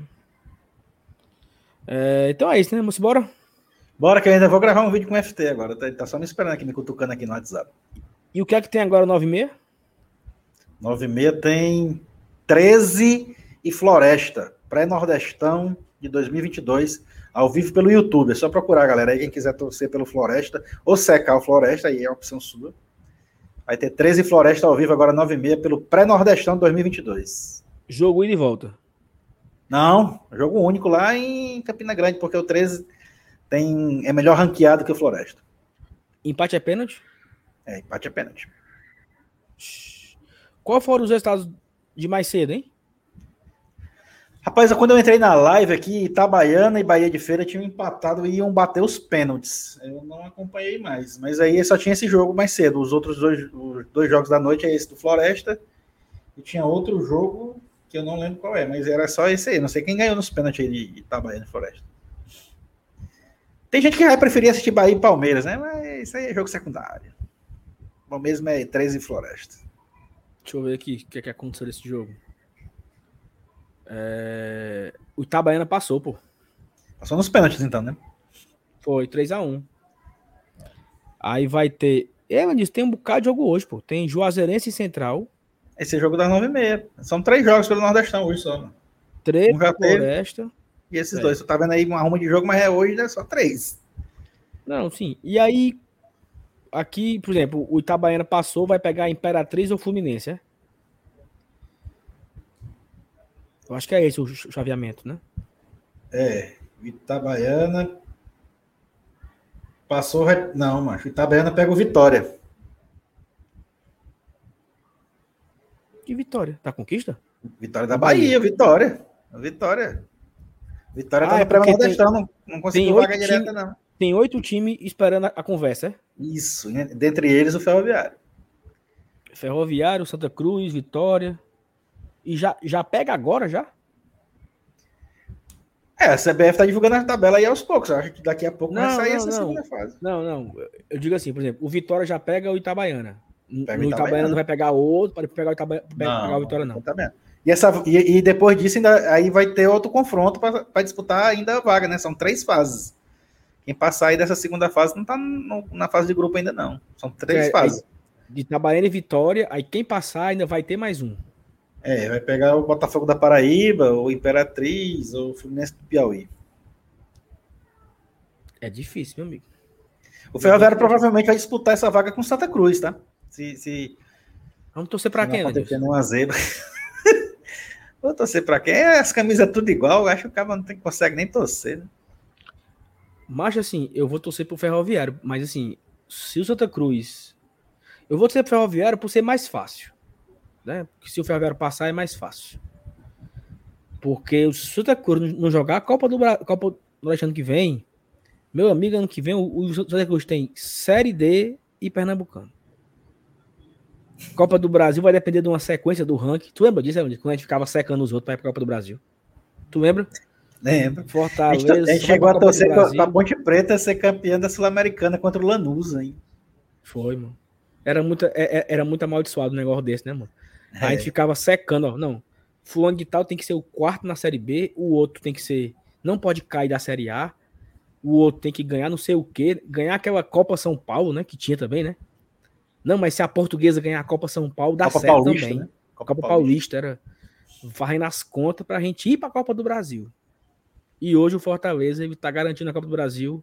Então é isso, né, moço? Bora? Bora, que eu ainda vou gravar um vídeo com o FT agora. Tá só me esperando aqui, me cutucando aqui no WhatsApp. E o que é que tem agora, 9h30? 9h30 tem 13 e Floresta. Pré-Nordestão de 2022. Ao vivo pelo YouTube, é só procurar, galera. Aí quem quiser torcer pelo Floresta ou secar o Floresta, aí é a opção sua. Vai ter 13 Floresta ao vivo agora 9h30 pelo Pré-Nordestão 2022. Jogo ida e volta. Não, jogo único lá em Campina Grande, porque o 13 é melhor ranqueado que o Floresta. Empate é pênalti? Empate é pênalti. Qual foram os resultados de mais cedo, hein? Rapaz, quando eu entrei na live aqui, Itabaiana e Bahia de Feira tinham empatado e iam bater os pênaltis. Eu não acompanhei mais, mas aí só tinha esse jogo mais cedo. Os outros dois jogos da noite é esse do Floresta e tinha outro jogo que eu não lembro qual mas era só esse aí. Não sei quem ganhou nos pênaltis aí de Itabaiana e Floresta. Tem gente que vai preferir assistir Bahia e Palmeiras, né? Mas isso aí é jogo secundário. O mesmo é 13 Floresta. Deixa eu ver aqui o que aconteceu nesse jogo. O Itabaiana passou, pô. Passou nos pênaltis, então, né? Foi 3-1. Aí vai ter... tem um bocado de jogo hoje, pô. Tem Juazeirense e Central. Esse é jogo das 9h30. São 3 jogos pelo Nordestão hoje só, mano. 3 Floresta. E esses dois. Você tá vendo aí uma arruma de jogo, mas hoje é só 3. Não, sim. E aí, aqui, por exemplo, o Itabaiana passou, vai pegar a Imperatriz ou Fluminense, é? Eu acho que é esse o chaveamento, né? Itabaiana passou... Não, macho. Itabaiana pega o Vitória. Que Vitória? Da Conquista? Vitória da Bahia, Vitória. Vitória tá no pré-nordestão, não conseguiu vaga direta, não. Tem 8 times esperando a conversa, é? Isso, né? Dentre eles o Ferroviário. Ferroviário, Santa Cruz, Vitória. E já pega agora, já? A CBF tá divulgando a tabela aí aos poucos. Eu acho que daqui a pouco vai sair essa segunda fase. Não. Eu digo assim, por exemplo, o Vitória já pega o Itabaiana. No Itabaiana não vai pegar outro, para pegar o Itabaiana, pegar o Vitória, não. E depois disso, aí vai ter outro confronto para disputar ainda a vaga, né? São 3 fases. Quem passar aí dessa segunda fase não tá na fase de grupo ainda, não. São 3 fases. De Itabaiana e Vitória, aí quem passar ainda vai ter mais um. Vai pegar o Botafogo da Paraíba, o Imperatriz, ou o Fluminense do Piauí. É difícil, meu amigo. O Ferroviário provavelmente vai disputar essa vaga com o Santa Cruz, tá? Vamos torcer pra quem, né? Uma zebra. Vou torcer pra quem? As camisas tudo igual, acho que o cara não consegue nem torcer, né? Mas assim, eu vou torcer pro Ferroviário, mas assim, se o Santa Cruz... Eu vou torcer pro Ferroviário por ser mais fácil, né? Porque se o Ferroviário passar é mais fácil. Porque o Santa Cruz não jogar a Copa do Nordeste ano que vem, meu amigo, ano que vem o Santa Cruz tem Série D e Pernambucano. Copa do Brasil vai depender de uma sequência do ranking. Tu lembra disso, quando a gente ficava secando os outros para ir pra Copa do Brasil? Tu lembra? Lembro. Fortaleza. A gente chegou a torcer pra Ponte Preta ser campeã da Sul-Americana contra o Lanús, hein? Foi, mano. Era muito amaldiçoado um negócio desse, né, mano? A gente ficava secando, ó. Não, fulano de tal tem que ser o 4º na Série B, o outro tem que ser... Não pode cair da Série A, o outro tem que ganhar não sei o quê, ganhar aquela Copa São Paulo, né, que tinha também, né? Não, mas se a Portuguesa ganhar a Copa São Paulo, dá certo Paulista, também. Né? Copa Paulista era varrendo as contas pra gente ir pra Copa do Brasil. E hoje o Fortaleza, ele tá garantindo a Copa do Brasil.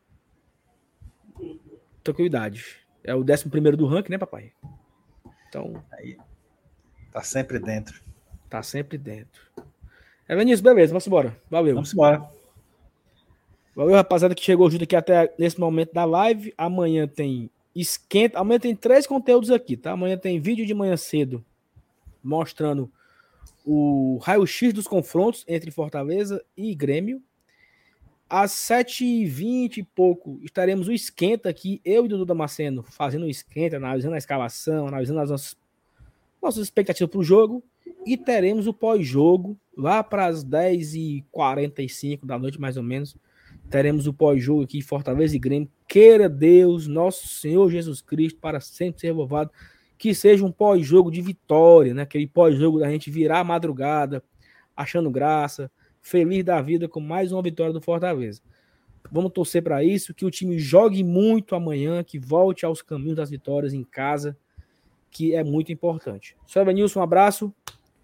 Tranquilidade. É o 11º do ranking, né, papai? Então... Aí, tá sempre dentro. Tá sempre dentro. Vinícius, beleza, vamos embora. Valeu. Vamos embora. Valeu, rapaziada, que chegou junto aqui até nesse momento da live. Amanhã tem esquenta. Amanhã tem 3 conteúdos aqui, tá? Amanhã tem vídeo de manhã cedo mostrando o raio-x dos confrontos entre Fortaleza e Grêmio. Às 7h20 e pouco estaremos o esquenta aqui, eu e o Dudu Damasceno fazendo o esquenta, analisando a escalação, analisando as nossas expectativas para o jogo. E teremos o pós-jogo lá para as 10h45 da noite, mais ou menos. Teremos o pós-jogo aqui, Fortaleza e Grêmio. Queira Deus, nosso Senhor Jesus Cristo, para sempre ser louvado, que seja um pós-jogo de vitória, né? Aquele pós-jogo da gente virar a madrugada, achando graça, feliz da vida com mais uma vitória do Fortaleza. Vamos torcer para isso, que o time jogue muito amanhã, que volte aos caminhos das vitórias em casa, que é muito importante. Sr. Evanilson, um abraço.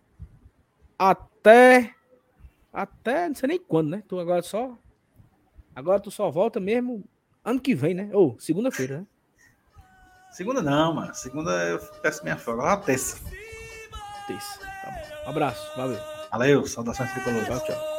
Até não sei nem quando, né? Agora tu só volta mesmo ano que vem, né? Ou segunda-feira, né? Segunda não, mano. Segunda eu peço minha folga. Lá terça. Terça. Tá bom. Um abraço. Valeu. Valeu. Saudações tricolores. Tchau, tchau.